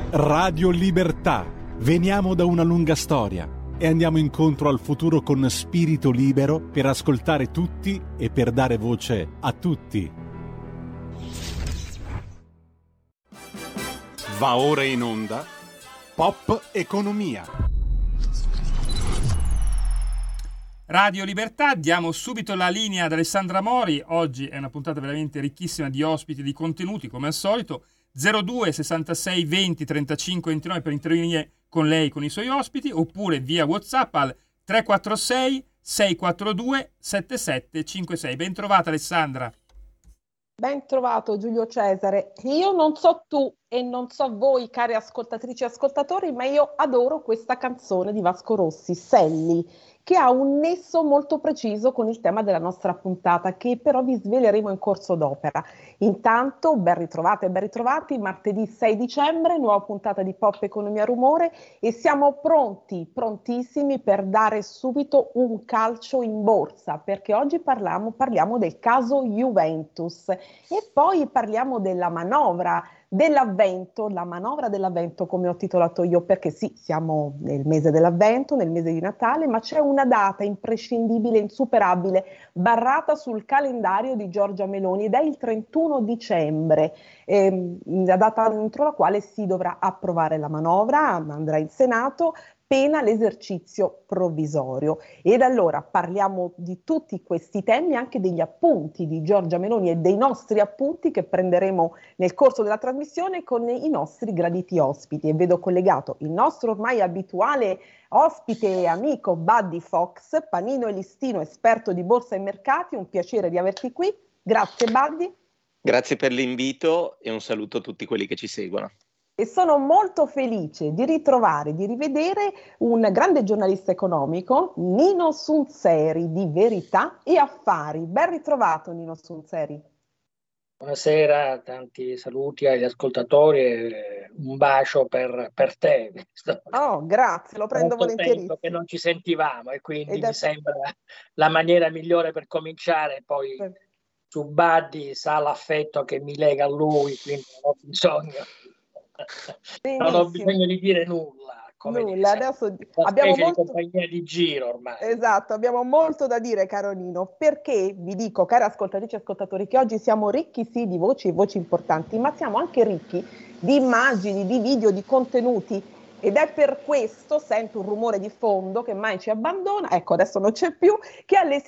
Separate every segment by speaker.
Speaker 1: Radio Libertà. Veniamo da una lunga storia e andiamo incontro al futuro con spirito libero per ascoltare tutti e per dare voce a tutti. Va ora in onda Pop Economia.
Speaker 2: Radio Libertà, diamo subito la linea ad Alessandra Mori. Oggi è una puntata veramente ricchissima di ospiti, di contenuti, come al solito. 02 66 20 35 29 per intervenire con lei, con i suoi ospiti, oppure via WhatsApp al 346 642 7756. Ben trovata Alessandra.
Speaker 3: Ben trovato Giulio Cesare. Io non so tu e non so voi, cari ascoltatrici e ascoltatori, ma io adoro questa canzone di Vasco Rossi, Selli, che ha un nesso molto preciso con il tema della nostra puntata, che però vi sveleremo in corso d'opera. Intanto, ben ritrovate e ben ritrovati, martedì 6 dicembre, nuova puntata di Pop Economia Rumore, e siamo prontissimi per dare subito un calcio in borsa, perché oggi parliamo del caso Juventus e poi parliamo della manovra dell'avvento, la manovra dell'avvento come ho titolato io, perché sì, siamo nel mese dell'avvento, nel mese di Natale, ma c'è una data imprescindibile, insuperabile, barrata sul calendario di Giorgia Meloni ed è il 31 dicembre, la data entro la quale si dovrà approvare la manovra, andrà in Senato, pena l'esercizio provvisorio. Ed allora parliamo di tutti questi temi, anche degli appunti di Giorgia Meloni e dei nostri appunti che prenderemo nel corso della trasmissione con i nostri graditi ospiti. E vedo collegato il nostro ormai abituale ospite e amico Buddy Fox, panino e listino esperto di borsa e mercati. Un piacere di averti qui. Grazie Buddy.
Speaker 4: Grazie per l'invito e un saluto a tutti quelli che ci seguono.
Speaker 3: E sono molto felice di ritrovare, di rivedere un grande giornalista economico, Nino Sunzeri di Verità e Affari. Ben ritrovato Nino Sunzeri.
Speaker 5: Buonasera, tanti saluti agli ascoltatori e un bacio per te.
Speaker 3: Oh, grazie, lo prendo volentierissimo.
Speaker 5: Tempo che non ci sentivamo e quindi mi sembra la maniera migliore per cominciare. Poi su Buddy sa l'affetto che mi lega a lui, quindi non ho bisogno di dire nulla.
Speaker 3: Nulla, adesso abbiamo molto...
Speaker 5: di compagnia di giro ormai.
Speaker 3: Esatto, abbiamo molto da dire, caro Nino, perché vi dico, cari ascoltatrici e ascoltatori, che oggi siamo ricchi sì di voci e voci importanti, ma siamo anche ricchi di immagini, di video, di contenuti. Ed è per questo, sento un rumore di fondo che mai ci abbandona, ecco adesso non c'è più, che alle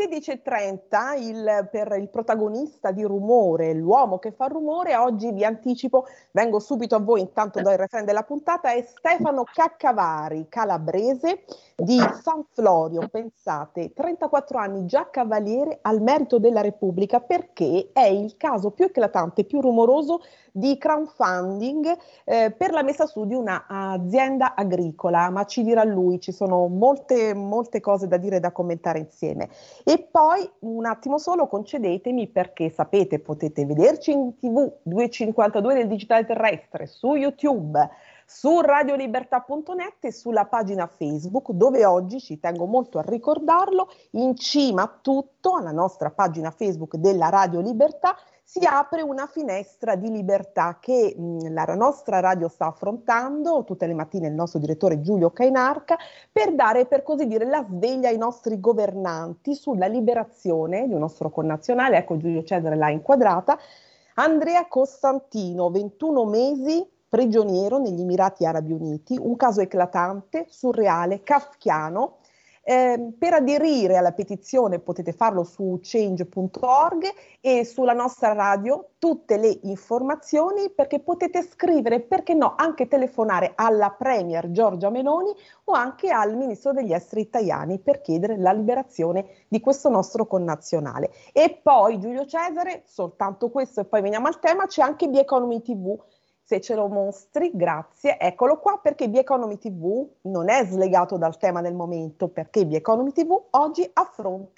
Speaker 3: 16:30 per il protagonista di Rumore, l'uomo che fa rumore, oggi vi anticipo, vengo subito a voi, intanto do il refrain della puntata, è Stefano Caccavari, calabrese di San Florio, pensate, 34 anni, già cavaliere al merito della Repubblica, perché è il caso più eclatante, più rumoroso di crowdfunding per la messa su di una azienda agricola, ma ci dirà lui, ci sono molte cose da dire e da commentare insieme. E poi un attimo solo concedetemi, perché sapete potete vederci in TV 252 del digitale terrestre, su YouTube, su radiolibertà.net e sulla pagina Facebook, dove oggi, ci tengo molto a ricordarlo, in cima a tutto, alla nostra pagina Facebook della Radio Libertà, si apre una finestra di libertà che la nostra radio sta affrontando tutte le mattine, il nostro direttore Giulio Cainarca, per dare, per così dire, la sveglia ai nostri governanti sulla liberazione di un nostro connazionale, ecco Giulio Cesare l'ha inquadrata, Andrea Costantino, 21 mesi prigioniero negli Emirati Arabi Uniti, un caso eclatante, surreale, kafkiano. Per aderire alla petizione potete farlo su change.org e sulla nostra radio tutte le informazioni, perché potete scrivere, perché no, anche telefonare alla Premier Giorgia Meloni o anche al Ministro degli Esteri Tajani per chiedere la liberazione di questo nostro connazionale. E poi Giulio Cesare, soltanto questo e poi veniamo al tema, c'è anche The Economy TV. Se ce lo mostri, grazie, eccolo qua, perché The Economy TV non è slegato dal tema del momento, perché The Economy TV oggi affronta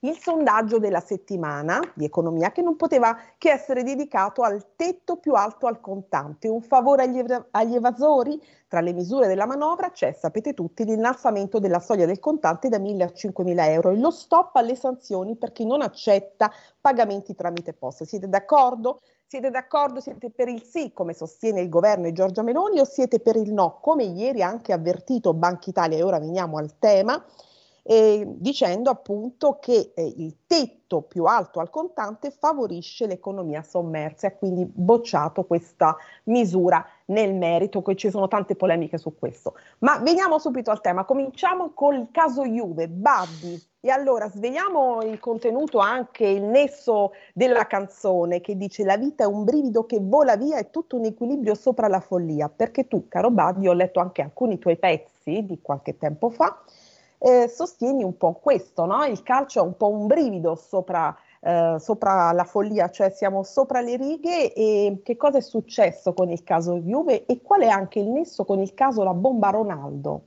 Speaker 3: il sondaggio della settimana di economia che non poteva che essere dedicato al tetto più alto al contante, un favore agli evasori. Tra le misure della manovra c'è, sapete tutti, l'innalzamento della soglia del contante da 1.000 a 5.000 euro e lo stop alle sanzioni per chi non accetta pagamenti tramite posta. Siete d'accordo? Siete d'accordo? Siete per il sì, come sostiene il governo e Giorgia Meloni, o siete per il no, come ieri ha anche avvertito Banca Italia? E ora veniamo al tema, dicendo appunto che il tetto più alto al contante favorisce l'economia sommersa e quindi bocciato questa misura. Nel merito, che ci sono tante polemiche su questo. Ma veniamo subito al tema, cominciamo col caso Juve, Babbi. E allora sveliamo il contenuto, anche il nesso della canzone che dice: la vita è un brivido che vola via, è tutto un equilibrio sopra la follia. Perché tu, caro Babbi, ho letto anche alcuni tuoi pezzi di qualche tempo fa, sostieni un po' questo, no? Il calcio è un po' un brivido sopra la follia, cioè siamo sopra le righe. E che cosa è successo con il caso Juve e qual è anche il nesso con il caso la bomba Ronaldo?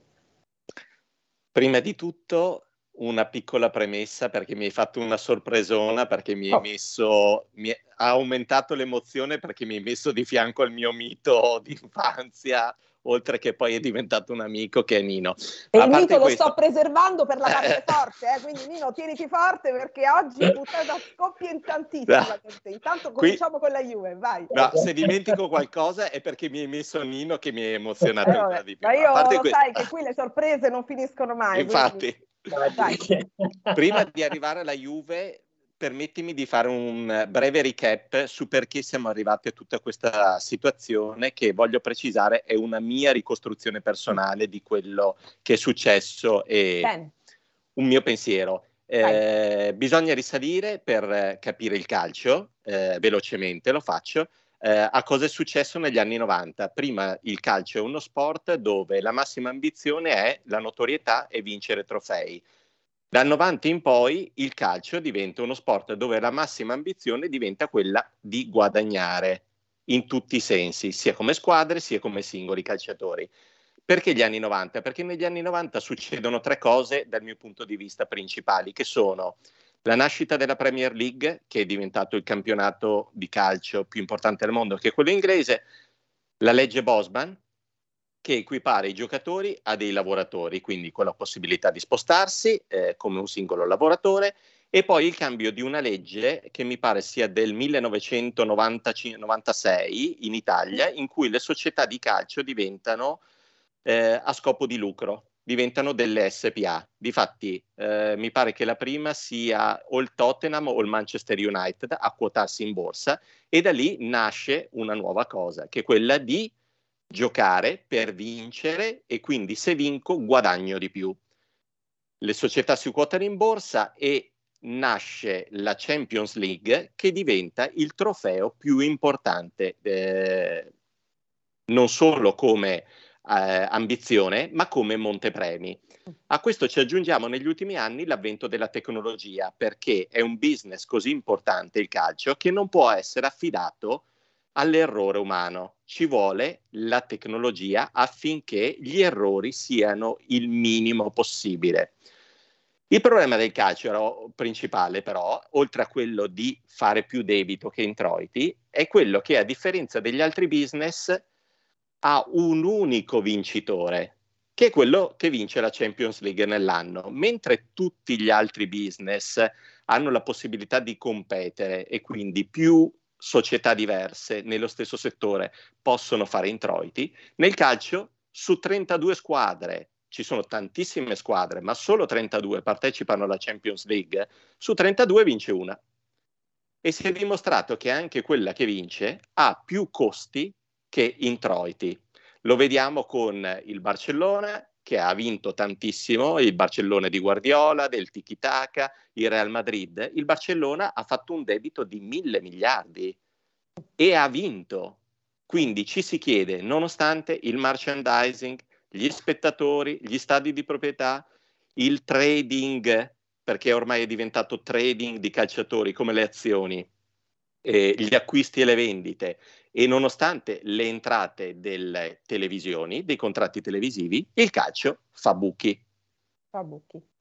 Speaker 4: Prima di tutto una piccola premessa, perché mi hai fatto una sorpresona, perché ha aumentato l'emozione perché mi hai messo di fianco al mio mito d'infanzia, oltre che poi è diventato un amico, che è Nino.
Speaker 3: E il mito lo sto preservando per la parte forte, quindi Nino tieniti forte, perché oggi è puntata scoppiettantissima. No. Intanto cominciamo con la Juve, vai.
Speaker 4: No, se dimentico qualcosa è perché mi hai messo Nino, che mi hai emozionato ancora di più.
Speaker 3: Ma io sai che qui le sorprese non finiscono mai.
Speaker 4: Infatti,
Speaker 3: quindi...
Speaker 4: prima di arrivare alla Juve, permettimi di fare un breve recap su perché siamo arrivati a tutta questa situazione, che voglio precisare è una mia ricostruzione personale di quello che è successo e un mio pensiero. Bisogna risalire per capire il calcio, velocemente lo faccio, a cosa è successo negli anni 90. Prima il calcio è uno sport dove la massima ambizione è la notorietà e vincere trofei. Dal 90 in poi il calcio diventa uno sport dove la massima ambizione diventa quella di guadagnare in tutti i sensi, sia come squadre sia come singoli calciatori. Perché gli anni 90? Perché negli anni 90 succedono tre cose dal mio punto di vista principali, che sono la nascita della Premier League, che è diventato il campionato di calcio più importante del mondo, che è quello inglese, la legge Bosman, che equipara i giocatori a dei lavoratori, quindi con la possibilità di spostarsi come un singolo lavoratore, e poi il cambio di una legge che mi pare sia del 1996 in Italia, in cui le società di calcio diventano a scopo di lucro, diventano delle SPA. Difatti mi pare che la prima sia o il Tottenham o il Manchester United a quotarsi in borsa, e da lì nasce una nuova cosa, che è quella di giocare per vincere, e quindi se vinco guadagno di più. Le società si quotano in borsa e nasce la Champions League, che diventa il trofeo più importante, non solo come ambizione, ma come montepremi. A questo ci aggiungiamo negli ultimi anni l'avvento della tecnologia, perché è un business così importante il calcio che non può essere affidato all'errore umano. Ci vuole la tecnologia affinché gli errori siano il minimo possibile. Il problema del calcio principale, però, oltre a quello di fare più debito che introiti, è quello che, a differenza degli altri business, ha un unico vincitore, che è quello che vince la Champions League nell'anno, mentre tutti gli altri business hanno la possibilità di competere e quindi più società diverse nello stesso settore possono fare introiti. Nel calcio, su 32 squadre, ci sono tantissime squadre, ma solo 32 partecipano alla Champions League, su 32 vince una. E si è dimostrato che anche quella che vince ha più costi che introiti. Lo vediamo con il Barcellona, che ha vinto tantissimo, il Barcellona di Guardiola, del tiki-taka, il Real Madrid. Il Barcellona ha fatto un debito di 1.000 miliardi e ha vinto. Quindi ci si chiede, nonostante il merchandising, gli spettatori, gli stadi di proprietà, il trading, perché ormai è diventato trading di calciatori come le azioni, gli acquisti e le vendite, e nonostante le entrate delle televisioni, dei contratti televisivi, il calcio fa buchi.
Speaker 3: Fa buchi.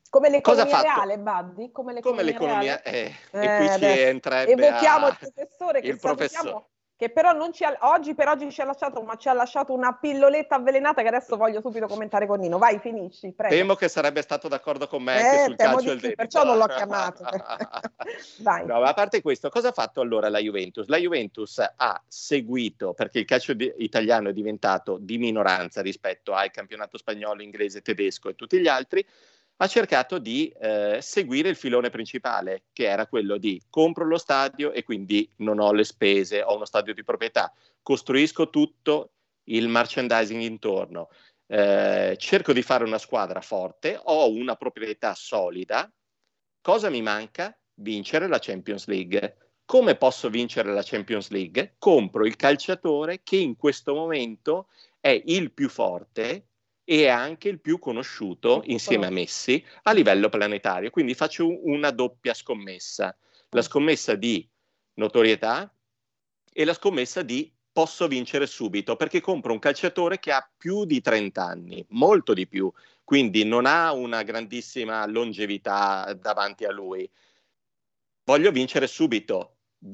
Speaker 3: Come l'economia reale, Buddy? Come
Speaker 4: l'economia
Speaker 3: reale?
Speaker 4: E qui ci entrerebbe
Speaker 3: evochiamo il professore,
Speaker 4: il professore.
Speaker 3: Che però non oggi per oggi ci ha lasciato una pilloletta avvelenata che adesso voglio subito commentare con Nino. Vai, finisci, prego.
Speaker 4: Temo che sarebbe stato d'accordo con me anche sul calcio del debito.
Speaker 3: Perciò non l'ho chiamato. Vai.
Speaker 4: No, ma a parte questo, cosa ha fatto allora la Juventus? La Juventus ha seguito, perché il calcio italiano è diventato di minoranza rispetto al campionato spagnolo, inglese, tedesco e tutti gli altri, ha cercato di seguire il filone principale, che era quello di compro lo stadio e quindi non ho le spese, ho uno stadio di proprietà, costruisco tutto il merchandising intorno, cerco di fare una squadra forte, ho una proprietà solida. Cosa mi manca? Vincere la Champions League. Come posso vincere la Champions League? Compro il calciatore che in questo momento è il più forte e anche il più conosciuto insieme a Messi a livello planetario. Quindi faccio una doppia scommessa. La scommessa di notorietà e la scommessa di posso vincere subito, perché compro un calciatore che ha più di 30 anni, molto di più, quindi non ha una grandissima longevità davanti a lui. Voglio vincere subito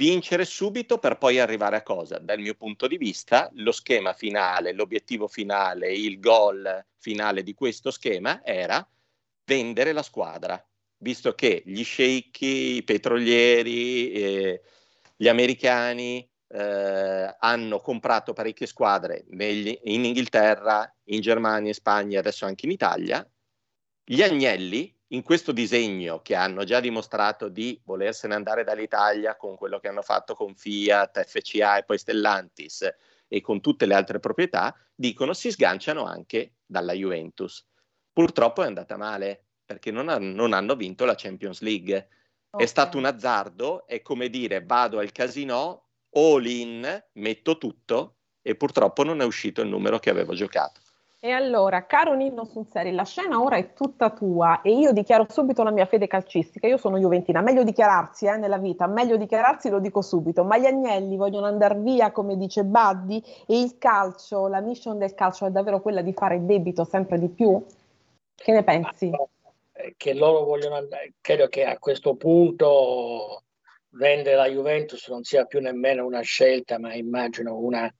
Speaker 4: per poi arrivare a cosa? Dal mio punto di vista, lo schema finale, l'obiettivo finale, il goal finale di questo schema era vendere la squadra, visto che gli sceicchi, i petrolieri, gli americani hanno comprato parecchie squadre in Inghilterra, in Germania, in Spagna, adesso anche in Italia. Gli Agnelli, in questo disegno che hanno già dimostrato di volersene andare dall'Italia con quello che hanno fatto con Fiat, FCA e poi Stellantis e con tutte le altre proprietà, dicono si sganciano anche dalla Juventus. Purtroppo è andata male perché non hanno vinto la Champions League. Okay. È stato un azzardo, è come dire vado al casino, all in, metto tutto e purtroppo non è uscito il numero che avevo giocato.
Speaker 3: E allora, caro Nino Sunseri, la scena ora è tutta tua e io dichiaro subito la mia fede calcistica. Io sono juventina, meglio dichiararsi nella vita, meglio dichiararsi, lo dico subito, ma gli Agnelli vogliono andare via, come dice Buddy, e il calcio, la mission del calcio è davvero quella di fare debito sempre di più? Che ne pensi?
Speaker 5: Che loro vogliono andare, credo che a questo punto vendere la Juventus non sia più nemmeno una scelta, ma immagino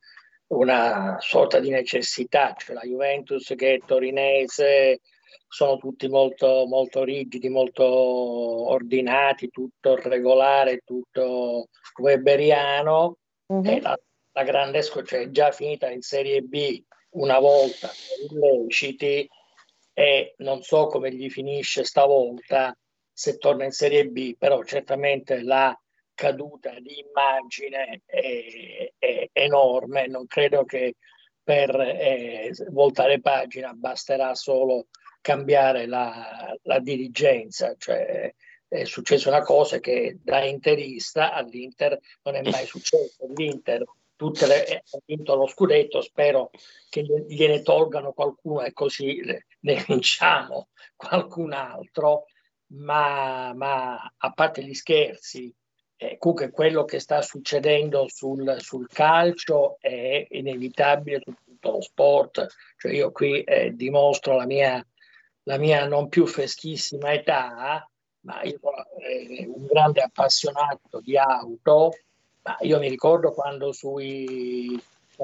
Speaker 5: una sorta di necessità, cioè la Juventus che è torinese, sono tutti molto, molto rigidi, molto ordinati, tutto regolare, tutto weberiano, e la grande cioè è già finita in Serie B una volta per illeciti e non so come gli finisce stavolta se torna in Serie B, però certamente la caduta di immagine è enorme. Non credo che per voltare pagina basterà solo cambiare la dirigenza, cioè è successa una cosa che da interista all'Inter non è mai successo. L'Inter ha vinto lo scudetto, spero che gliene tolgano qualcuno e così ne vinciamo qualcun altro, ma a parte gli scherzi, comunque quello che sta succedendo sul calcio è inevitabile su tutto lo sport. Cioè io qui dimostro la mia non più freschissima età, ma io sono un grande appassionato di auto, ma io mi ricordo quando sui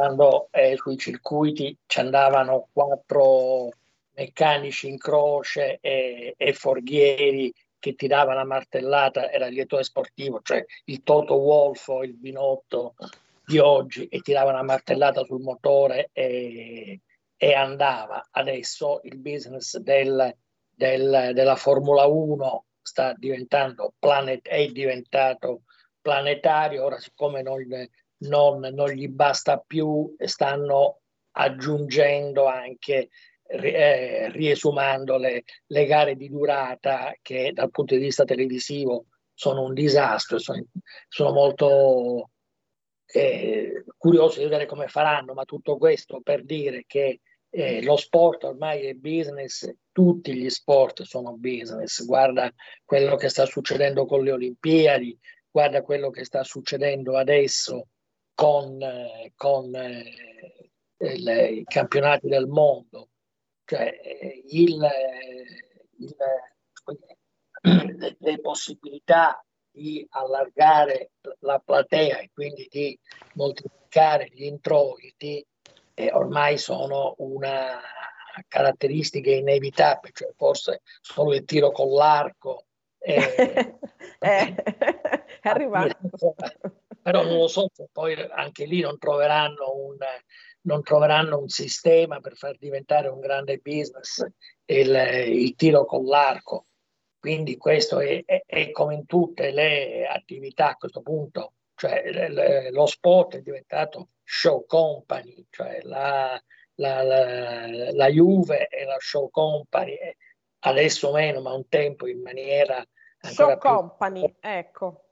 Speaker 5: circuiti ci andavano 4 meccanici in croce e forghieri che ti dava la martellata, era il direttore sportivo, cioè il Toto Wolff o il Binotto di oggi, e ti dava una martellata sul motore e andava. Adesso il business della Formula 1 è diventato planetario. Ora, siccome non gli basta più, stanno aggiungendo anche riesumando le gare di durata, che dal punto di vista televisivo sono un disastro. Sono molto curioso di vedere come faranno, ma tutto questo per dire che lo sport ormai è business, tutti gli sport sono business. Guarda quello che sta succedendo con le Olimpiadi, guarda quello che sta succedendo adesso con i campionati del mondo. Cioè le possibilità di allargare la platea e quindi di moltiplicare gli introiti ormai sono una caratteristica inevitabile, cioè forse solo il tiro con l'arco
Speaker 3: è arrivato.
Speaker 5: Però non lo so se poi anche lì non troveranno un sistema per far diventare un grande business il tiro con l'arco. Quindi questo è come in tutte le attività a questo punto, cioè lo sport è diventato show company, cioè la Juve è la show company, adesso meno, ma un tempo in maniera ancora
Speaker 3: show company, ecco.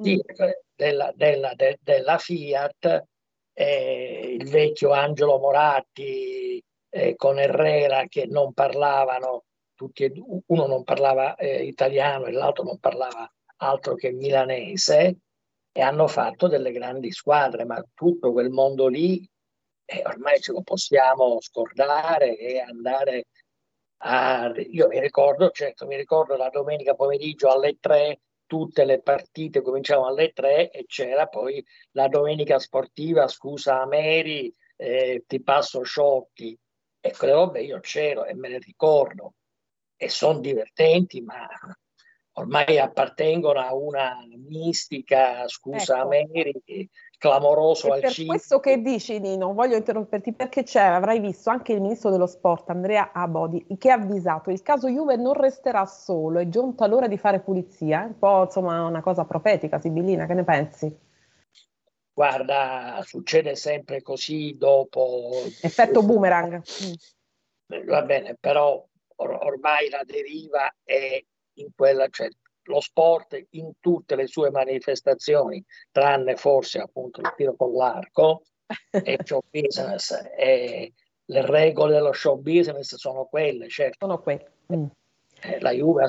Speaker 5: Della Fiat, il vecchio Angelo Moratti con Herrera che non parlavano, uno non parlava italiano e l'altro non parlava altro che milanese, e hanno fatto delle grandi squadre, ma tutto quel mondo lì ormai ce lo possiamo scordare e andare io mi ricordo la domenica pomeriggio alle 3, tutte le partite cominciavano alle 3 e c'era poi la domenica sportiva, scusa Mary, ti passo Sciotti, e quelle robe io c'ero e me le ricordo e sono divertenti, ma ormai appartengono a una mistica, scusa
Speaker 3: ecco.
Speaker 5: Mary, clamoroso
Speaker 3: E
Speaker 5: al
Speaker 3: per
Speaker 5: cinema.
Speaker 3: questo che dici, Nino, voglio interromperti perché avrai visto anche il ministro dello sport, Andrea Abodi, che ha avvisato il caso Juve non resterà solo, è giunta l'ora di fare pulizia. Un po' insomma una cosa profetica, sibillina, che ne pensi?
Speaker 5: Guarda, succede sempre così dopo.
Speaker 3: Effetto boomerang.
Speaker 5: Va bene, però ormai la deriva è in quella, cioè lo sport in tutte le sue manifestazioni, tranne forse appunto il tiro con l'arco e show business. E le regole dello show business sono quelle, certo.
Speaker 3: Sono quelle.
Speaker 5: La Juve ha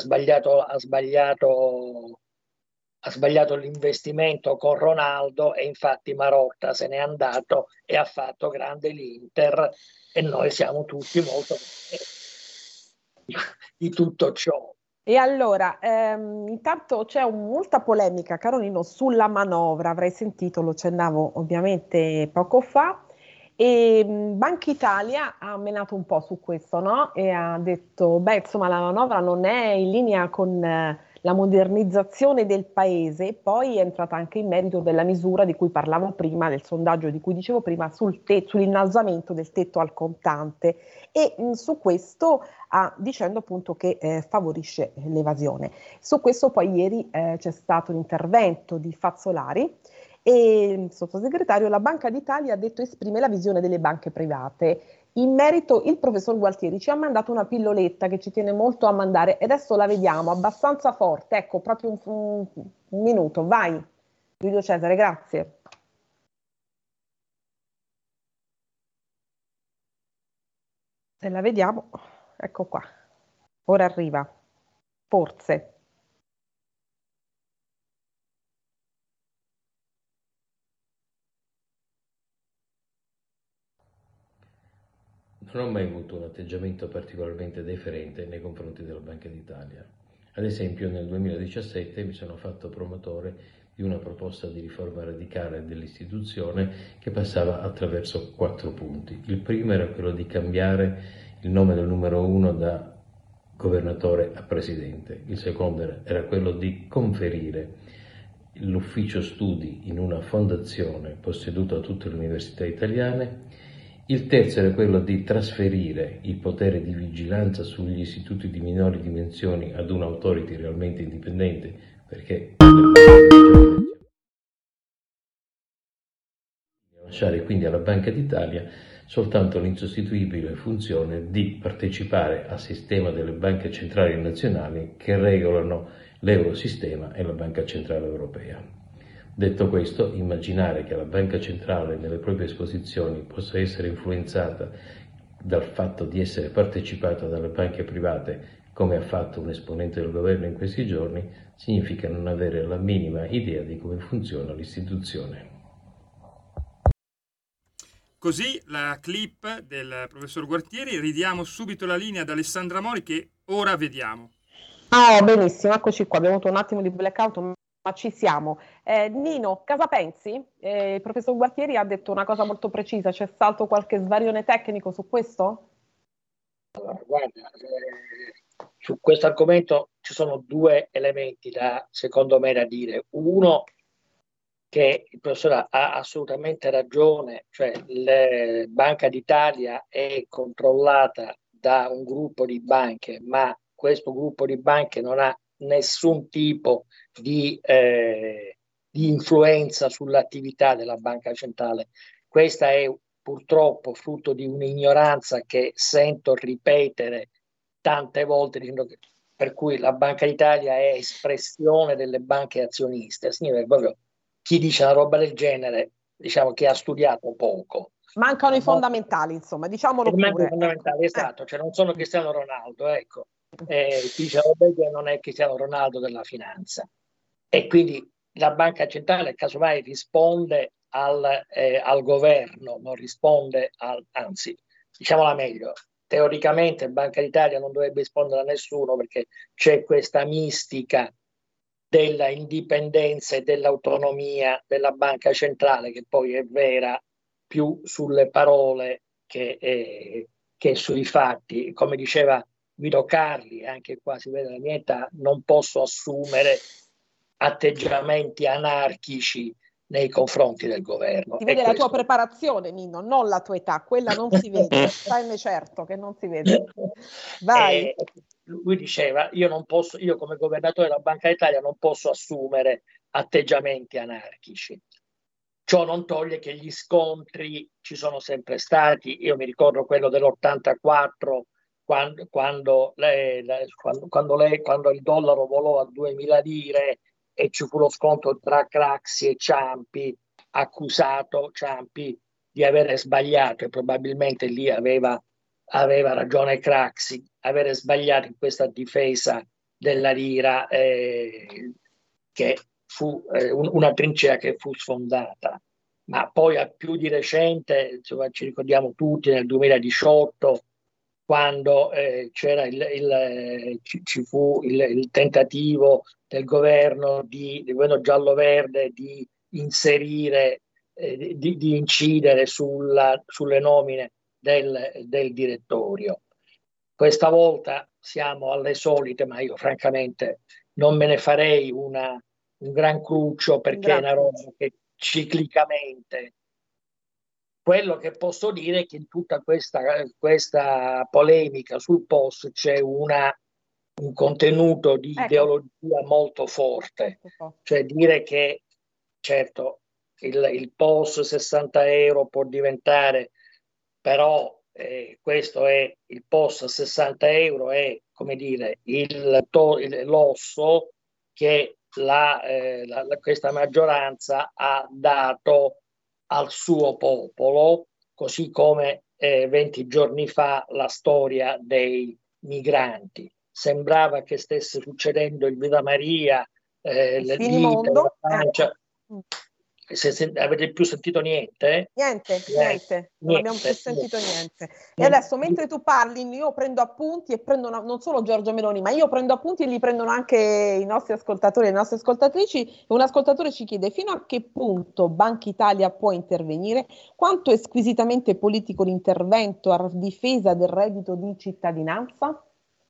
Speaker 5: sbagliato l'investimento con Ronaldo e infatti Marotta se n'è andato e ha fatto grande l'Inter e noi siamo tutti molto di tutto ciò.
Speaker 3: E allora, intanto c'è molta polemica, caro Nino, sulla manovra, avrai sentito, lo accennavo ovviamente poco fa, e Banca Italia ha menato un po' su questo, no? E ha detto, beh, insomma, la manovra non è in linea con la modernizzazione del paese, poi è entrata anche in merito della misura di cui parlavo prima, del sondaggio di cui dicevo prima, sull'innalzamento del tetto al contante, e su questo dicendo appunto che favorisce l'evasione. Su questo poi ieri c'è stato un intervento di Fazzolari e il sottosegretario, la Banca d'Italia ha detto esprime la visione delle banche private. In merito il professor Gualtieri ci ha mandato una pilloletta che ci tiene molto a mandare e adesso la vediamo abbastanza forte, ecco proprio un minuto, vai Giulio Cesare, grazie. Se la vediamo, ecco qua, ora arriva, forse.
Speaker 6: Non ho mai avuto un atteggiamento particolarmente deferente nei confronti della Banca d'Italia. Ad esempio, nel 2017 mi sono fatto promotore di una proposta di riforma radicale dell'istituzione che passava attraverso 4 punti. Il primo era quello di cambiare il nome del numero 1 da governatore a presidente. Il secondo era quello di conferire l'ufficio studi in una fondazione posseduta da tutte le università italiane. Il terzo era quello di trasferire il potere di vigilanza sugli istituti di minori dimensioni ad un'autority realmente indipendente, perché lasciare quindi alla Banca d'Italia soltanto l'insostituibile funzione di partecipare al sistema delle banche centrali nazionali che regolano l'eurosistema e la Banca Centrale Europea. Detto questo, immaginare che la Banca Centrale nelle proprie esposizioni possa essere influenzata dal fatto di essere partecipata dalle banche private, come ha fatto un esponente del governo in questi giorni, significa non avere la minima idea di come funziona l'istituzione.
Speaker 2: Così la clip del professor Gualtieri, ridiamo subito la linea ad Alessandra Mori che ora vediamo.
Speaker 3: Ah, benissimo, eccoci qua, abbiamo avuto un attimo di blackout, ma ci siamo. Nino, cosa pensi? Il professor Gualtieri ha detto una cosa molto precisa, c'è stato qualche svarione tecnico su questo?
Speaker 5: Allora, guarda, su questo argomento ci sono due elementi secondo me da dire. Uno, che il professore ha assolutamente ragione, cioè la Banca d'Italia è controllata da un gruppo di banche, ma questo gruppo di banche non ha nessun tipo di influenza sull'attività della banca centrale. Questa è purtroppo frutto di un'ignoranza che sento ripetere tante volte, per cui la Banca d'Italia è espressione delle banche azioniste. Significa proprio chi dice una roba del genere, diciamo che ha studiato poco.
Speaker 3: Mancano i fondamentali, insomma, diciamolo pure.
Speaker 5: Fondamentali, esatto, cioè non sono Cristiano Ronaldo, ecco. Chi dice roba del genere non è Cristiano Ronaldo della finanza. E quindi la banca centrale, casomai, risponde al governo, non risponde anzi, diciamola meglio, teoricamente Banca d'Italia non dovrebbe rispondere a nessuno perché c'è questa mistica della indipendenza e dell'autonomia della banca centrale, che poi è vera più sulle parole che sui fatti. Come diceva Guido Carli, anche qua si vede la mia età, non posso assumere atteggiamenti anarchici nei confronti del governo.
Speaker 3: Si vede la tua preparazione, Nino, non la tua età, quella non si vede, stai certo che non si vede. Vai.
Speaker 5: Lui diceva, io come governatore della Banca d'Italia non posso assumere atteggiamenti anarchici. Ciò non toglie che gli scontri ci sono sempre stati. Io mi ricordo quello dell'84, quando il dollaro volò a 2000 lire e ci fu lo scontro tra Craxi e Ciampi, accusato Ciampi di avere sbagliato, e probabilmente lì aveva ragione Craxi, avere sbagliato in questa difesa della lira, che fu una trincea che fu sfondata. Ma poi a più di recente, insomma, ci ricordiamo tutti nel 2018, quando ci fu il tentativo del governo giallo-verde di inserire, di incidere sulle nomine del direttorio. Questa volta siamo alle solite, ma io francamente non me ne farei un gran cruccio, perché è una roba che ciclicamente. Quello che posso dire è che in tutta questa polemica sul POS c'è un contenuto di ideologia molto forte, cioè dire che certo il POS 60 euro può diventare, però questo è il POS 60 euro, è come dire l'osso che questa maggioranza ha dato al suo popolo, così come 20 giorni fa la storia dei migranti. Sembrava che stesse succedendo il Viva Maria, l'Italia, la Francia. Avete più sentito niente?
Speaker 3: Niente, non abbiamo più sentito niente. E adesso, mentre tu parli, io prendo appunti e prendo non solo Giorgia Meloni, ma io prendo appunti e li prendono anche i nostri ascoltatori e le nostre ascoltatrici. Un ascoltatore ci chiede: fino a che punto Banca Italia può intervenire? Quanto è squisitamente politico l'intervento a difesa del reddito di cittadinanza?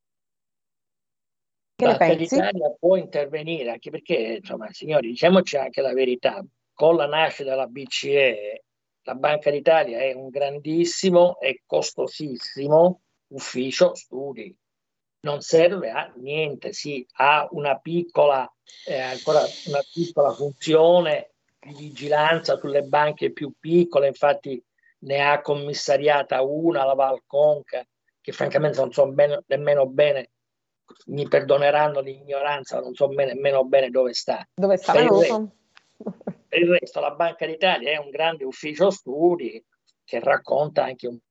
Speaker 3: Che ne pensi?
Speaker 5: Banca d'Italia può intervenire, anche perché, insomma, signori, diciamoci anche la verità. Con la nascita della BCE, la Banca d'Italia è un grandissimo e costosissimo ufficio studi. Non serve a niente, sì, ha ancora una piccola funzione di vigilanza sulle banche più piccole, infatti ne ha commissariata una, la Valconca, che francamente non so nemmeno bene, mi perdoneranno l'ignoranza, non so nemmeno bene dove sta.
Speaker 3: Dove sta?
Speaker 5: Per il resto la Banca d'Italia è un grande ufficio studi che racconta anche un...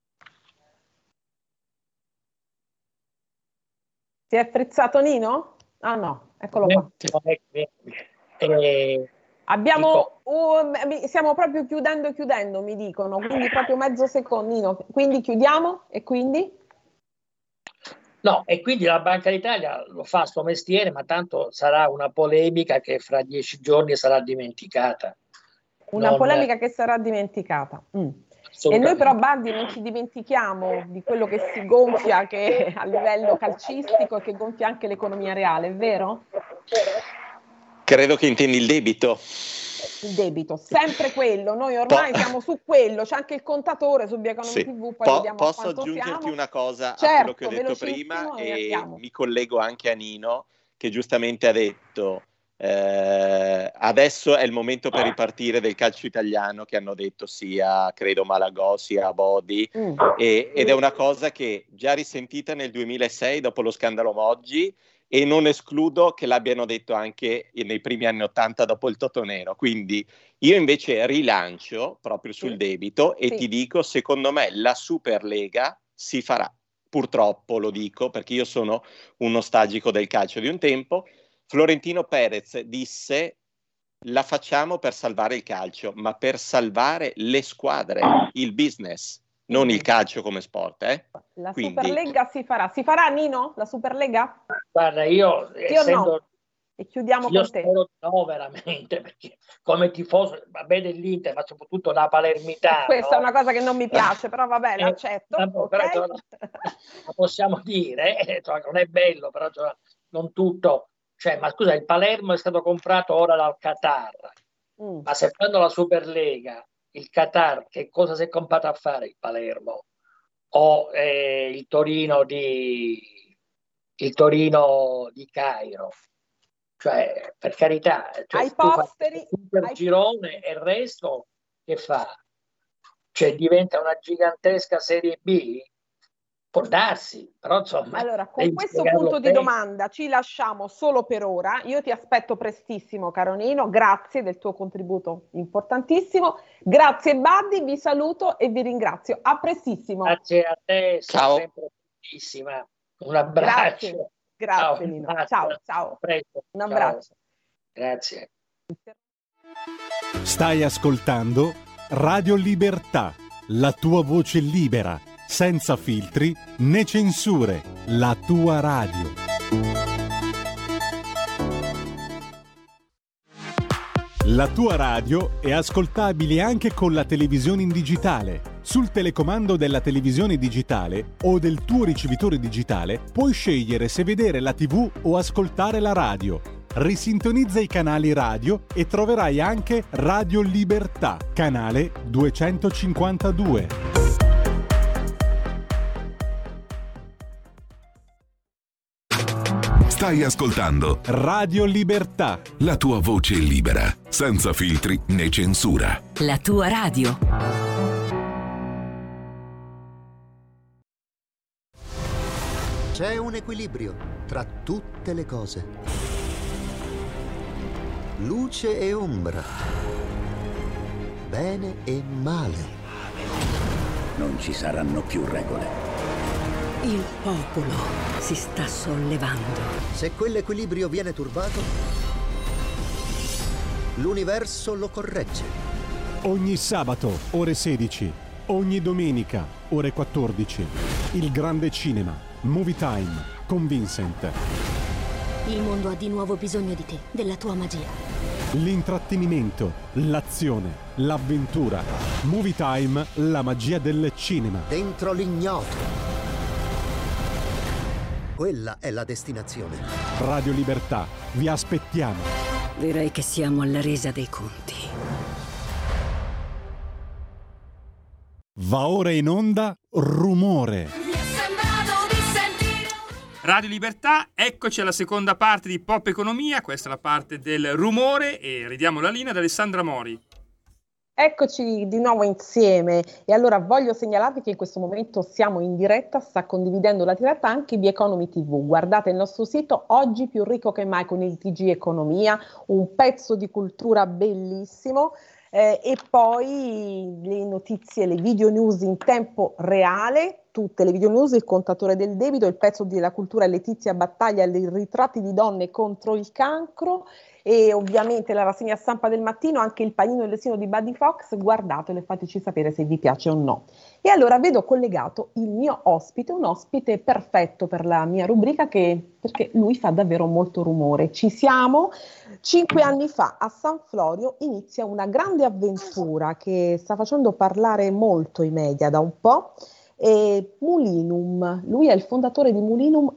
Speaker 3: Si è frizzato Nino? Ah no, eccolo qua. Stiamo proprio chiudendo, mi dicono, quindi proprio mezzo secondo, Nino. Quindi chiudiamo e quindi?
Speaker 5: No, e quindi la Banca d'Italia lo fa sto mestiere, ma tanto sarà una polemica che fra 10 giorni sarà dimenticata.
Speaker 3: Una polemica che sarà dimenticata. E noi però, Bardi, non ci dimentichiamo di quello che si gonfia che a livello calcistico e che gonfia anche l'economia reale, è vero?
Speaker 4: Credo che intendi il debito.
Speaker 3: Il debito, sempre quello, noi ormai siamo su quello, c'è anche il contatore su Bioeconomy TV, poi vediamo
Speaker 4: posso
Speaker 3: quanto
Speaker 4: aggiungerti
Speaker 3: siamo.
Speaker 4: una cosa
Speaker 3: Certo,
Speaker 4: a quello che ho detto prima e mi collego anche a Nino che giustamente ha detto adesso è il momento per ripartire del calcio italiano, che hanno detto sia credo Malagò sia Bodi ed è una cosa che già risentita nel 2006 dopo lo scandalo Moggi, e non escludo che l'abbiano detto anche nei primi anni '80 dopo il Totonero. Quindi io invece rilancio proprio sul debito e ti dico, secondo me la Superlega si farà. Purtroppo lo dico perché io sono un nostalgico del calcio di un tempo. Florentino Perez disse: la facciamo per salvare il calcio, ma per salvare le squadre, il business, non il calcio come sport.
Speaker 3: La Superlega si farà Nino? La Superlega?
Speaker 5: Guarda, io essendo...
Speaker 3: No? E chiudiamo
Speaker 5: io
Speaker 3: con te.
Speaker 5: Spero no, veramente, perché come tifoso, vabbè, dell'Inter, ma soprattutto da palermitano.
Speaker 3: Questa è una cosa che non mi piace, però vabbè, l'accetto.
Speaker 5: Okay. Però, la possiamo dire, non è bello, però non tutto. Cioè, ma scusa, il Palermo è stato comprato ora dal Qatar, ma se fanno la Superlega, il Qatar, che cosa si è comprato a fare il Palermo? O il Torino di Cairo? Cioè, per carità,
Speaker 3: ai posteri,
Speaker 5: super girone e il resto che fa? Cioè, diventa una gigantesca Serie B? Può darsi, però insomma...
Speaker 3: Allora, con questo punto di domanda ci lasciamo solo per ora. Io ti aspetto prestissimo, caro Nino. Grazie del tuo contributo importantissimo. Grazie, Buddy, vi saluto e vi ringrazio. A prestissimo.
Speaker 5: Grazie a te,
Speaker 4: ciao.
Speaker 5: Sempre bellissima. Un abbraccio.
Speaker 3: Grazie Nino. Ciao.
Speaker 5: Presto.
Speaker 3: Un abbraccio.
Speaker 5: Grazie.
Speaker 1: Stai ascoltando Radio Libertà, la tua voce libera, senza filtri né censure, la tua radio. La tua radio è ascoltabile anche con la televisione in digitale. Sul telecomando della televisione digitale o del tuo ricevitore digitale puoi scegliere se vedere la TV o ascoltare la radio. Risintonizza i canali radio e troverai anche Radio Libertà, canale 252.
Speaker 7: Stai ascoltando
Speaker 1: Radio Libertà,
Speaker 7: la tua voce libera, senza filtri né censura.
Speaker 8: La tua radio.
Speaker 9: C'è un equilibrio tra tutte le cose. Luce e ombra. Bene e male.
Speaker 10: Non ci saranno più regole.
Speaker 8: Il popolo si sta sollevando.
Speaker 9: Se quell'equilibrio viene turbato, l'universo lo corregge.
Speaker 1: Ogni sabato, ore 16. Ogni domenica, ore 14. Il grande cinema, Movie Time, con Vincent.
Speaker 11: Il mondo ha di nuovo bisogno di te, della tua magia.
Speaker 1: L'intrattenimento, l'azione, l'avventura. Movie Time, la magia del cinema.
Speaker 9: Dentro l'ignoto. Quella è la destinazione.
Speaker 1: Radio Libertà, vi aspettiamo.
Speaker 8: Direi che siamo alla resa dei conti.
Speaker 1: Va ora in onda Rumore.
Speaker 2: Radio Libertà, eccoci alla seconda parte di Pop Economia, questa è la parte del rumore e ridiamo la linea ad Alessandra Mori.
Speaker 3: Eccoci di nuovo insieme e allora voglio segnalarvi che in questo momento siamo in diretta, sta condividendo la diretta anche Bioeconomy TV. Guardate il nostro sito, oggi più ricco che mai con il TG Economia, un pezzo di cultura bellissimo. E poi le notizie, le video news in tempo reale, tutte le video news, il contatore del debito, il pezzo della cultura Letizia Battaglia, i ritratti di donne contro il cancro e ovviamente la rassegna stampa del mattino, anche il panino e il lessino di Buddy Fox. Guardatelo e fateci sapere se vi piace o no. E allora vedo collegato il mio ospite, un ospite perfetto per la mia rubrica perché lui fa davvero molto rumore. Ci siamo. 5 anni fa a San Florio inizia una grande avventura che sta facendo parlare molto i media da un po'. Mulinum, lui è il fondatore di Mulinum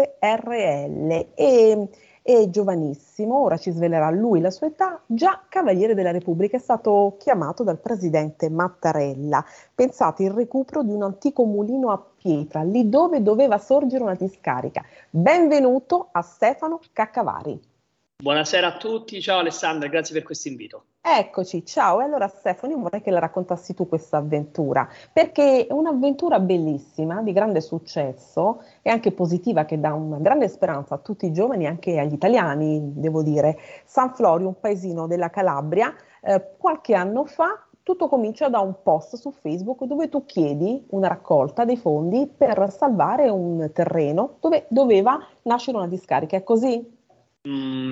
Speaker 3: SRL e è giovanissimo, ora ci svelerà lui la sua età, già Cavaliere della Repubblica, è stato chiamato dal presidente Mattarella. Pensate, il recupero di un antico mulino a pietra, lì dove doveva sorgere una discarica. Benvenuto a Stefano Caccavari.
Speaker 12: Buonasera a tutti, ciao Alessandra, grazie per questo invito.
Speaker 3: Eccoci, ciao. E allora Stefano, io vorrei che la raccontassi tu questa avventura, perché è un'avventura bellissima, di grande successo e anche positiva, che dà una grande speranza a tutti i giovani e anche agli italiani, devo dire. San Florio, un paesino della Calabria, qualche anno fa tutto comincia da un post su Facebook dove tu chiedi una raccolta dei fondi per salvare un terreno dove doveva nascere una discarica, è così?
Speaker 12: In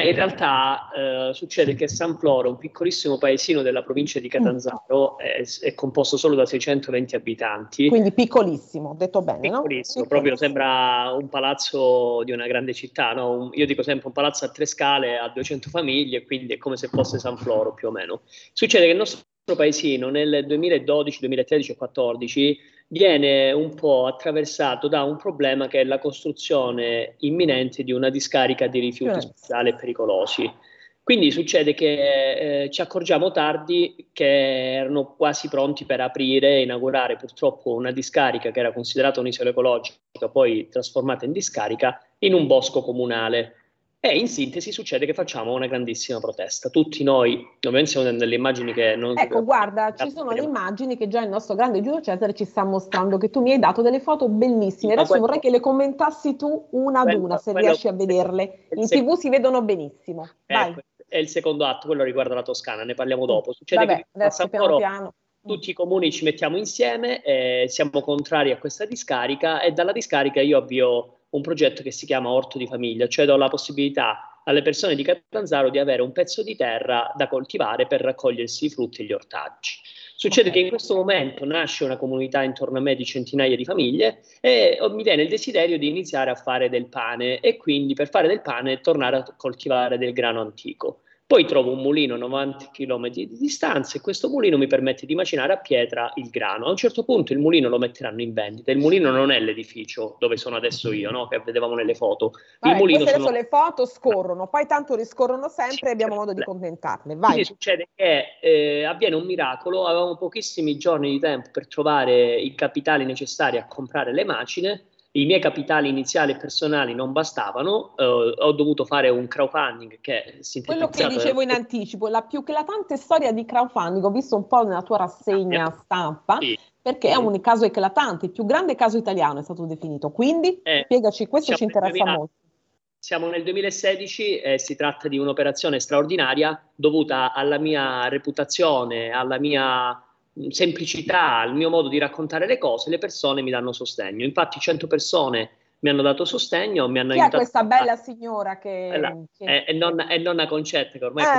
Speaker 12: realtà succede che San Floro, un piccolissimo paesino della provincia di Catanzaro, è composto solo da 620 abitanti.
Speaker 3: Quindi piccolissimo, detto bene,
Speaker 12: piccolissimo,
Speaker 3: no?
Speaker 12: proprio sembra un palazzo di una grande città, no? Io dico sempre un palazzo a 3 scale, a 200 famiglie, quindi è come se fosse San Floro più o meno. Succede che il nostro paesino nel 2012, 2013 e 2014 viene un po' attraversato da un problema che è la costruzione imminente di una discarica di rifiuti speciali e pericolosi. Quindi succede che ci accorgiamo tardi che erano quasi pronti per aprire e inaugurare purtroppo una discarica che era considerata un'isola ecologica, poi trasformata in discarica, in un bosco comunale. E in sintesi succede che facciamo una grandissima protesta. Tutti noi, ovviamente siamo nelle immagini che non...
Speaker 3: Ecco, guarda, ci sono le immagini che già il nostro grande Giulio Cesare ci sta mostrando, che tu mi hai dato delle foto bellissime. Adesso vorrei che le commentassi tu una ad una, se riesci a vederle. In TV si vedono benissimo. Vai.
Speaker 12: È il secondo atto, quello riguarda la Toscana, ne parliamo dopo. Succede
Speaker 3: Vabbè,
Speaker 12: che a
Speaker 3: adesso
Speaker 12: San
Speaker 3: piano
Speaker 12: Floro
Speaker 3: piano.
Speaker 12: tutti i comuni ci mettiamo insieme, siamo contrari a questa discarica e dalla discarica io avvio un progetto che si chiama Orto di Famiglia, cioè do la possibilità alle persone di Catanzaro di avere un pezzo di terra da coltivare per raccogliersi i frutti e gli ortaggi. Succede che in questo momento nasce una comunità intorno a me di centinaia di famiglie e mi viene il desiderio di iniziare a fare del pane e quindi per fare del pane tornare a coltivare del grano antico. Poi trovo un mulino a 90 km di distanza e questo mulino mi permette di macinare a pietra il grano. A un certo punto il mulino lo metteranno in vendita. Il mulino non è l'edificio dove sono adesso io, no? Che vedevamo nelle foto.
Speaker 3: Vabbè, il mulino adesso le foto scorrono, poi tanto riscorrono sempre e abbiamo modo di commentarle. Vai.
Speaker 12: Quindi succede che avviene un miracolo, avevamo pochissimi giorni di tempo per trovare i capitali necessari a comprare le macine. I miei capitali iniziali e personali non bastavano, ho dovuto fare un crowdfunding che
Speaker 3: quello che dicevo in anticipo, la più eclatante storia di crowdfunding, ho visto un po' nella tua rassegna stampa, perché è un caso eclatante, il più grande caso italiano è stato definito, quindi spiegaci, questo ci interessa molto.
Speaker 12: Siamo nel 2016 e si tratta di un'operazione straordinaria dovuta alla mia reputazione, alla mia semplicità, al mio modo di raccontare le cose. Le persone mi danno sostegno, infatti 100 persone mi hanno dato sostegno, mi hanno aiutato.
Speaker 3: Chi è questa bella signora che...
Speaker 12: È nonna Concetta, che ormai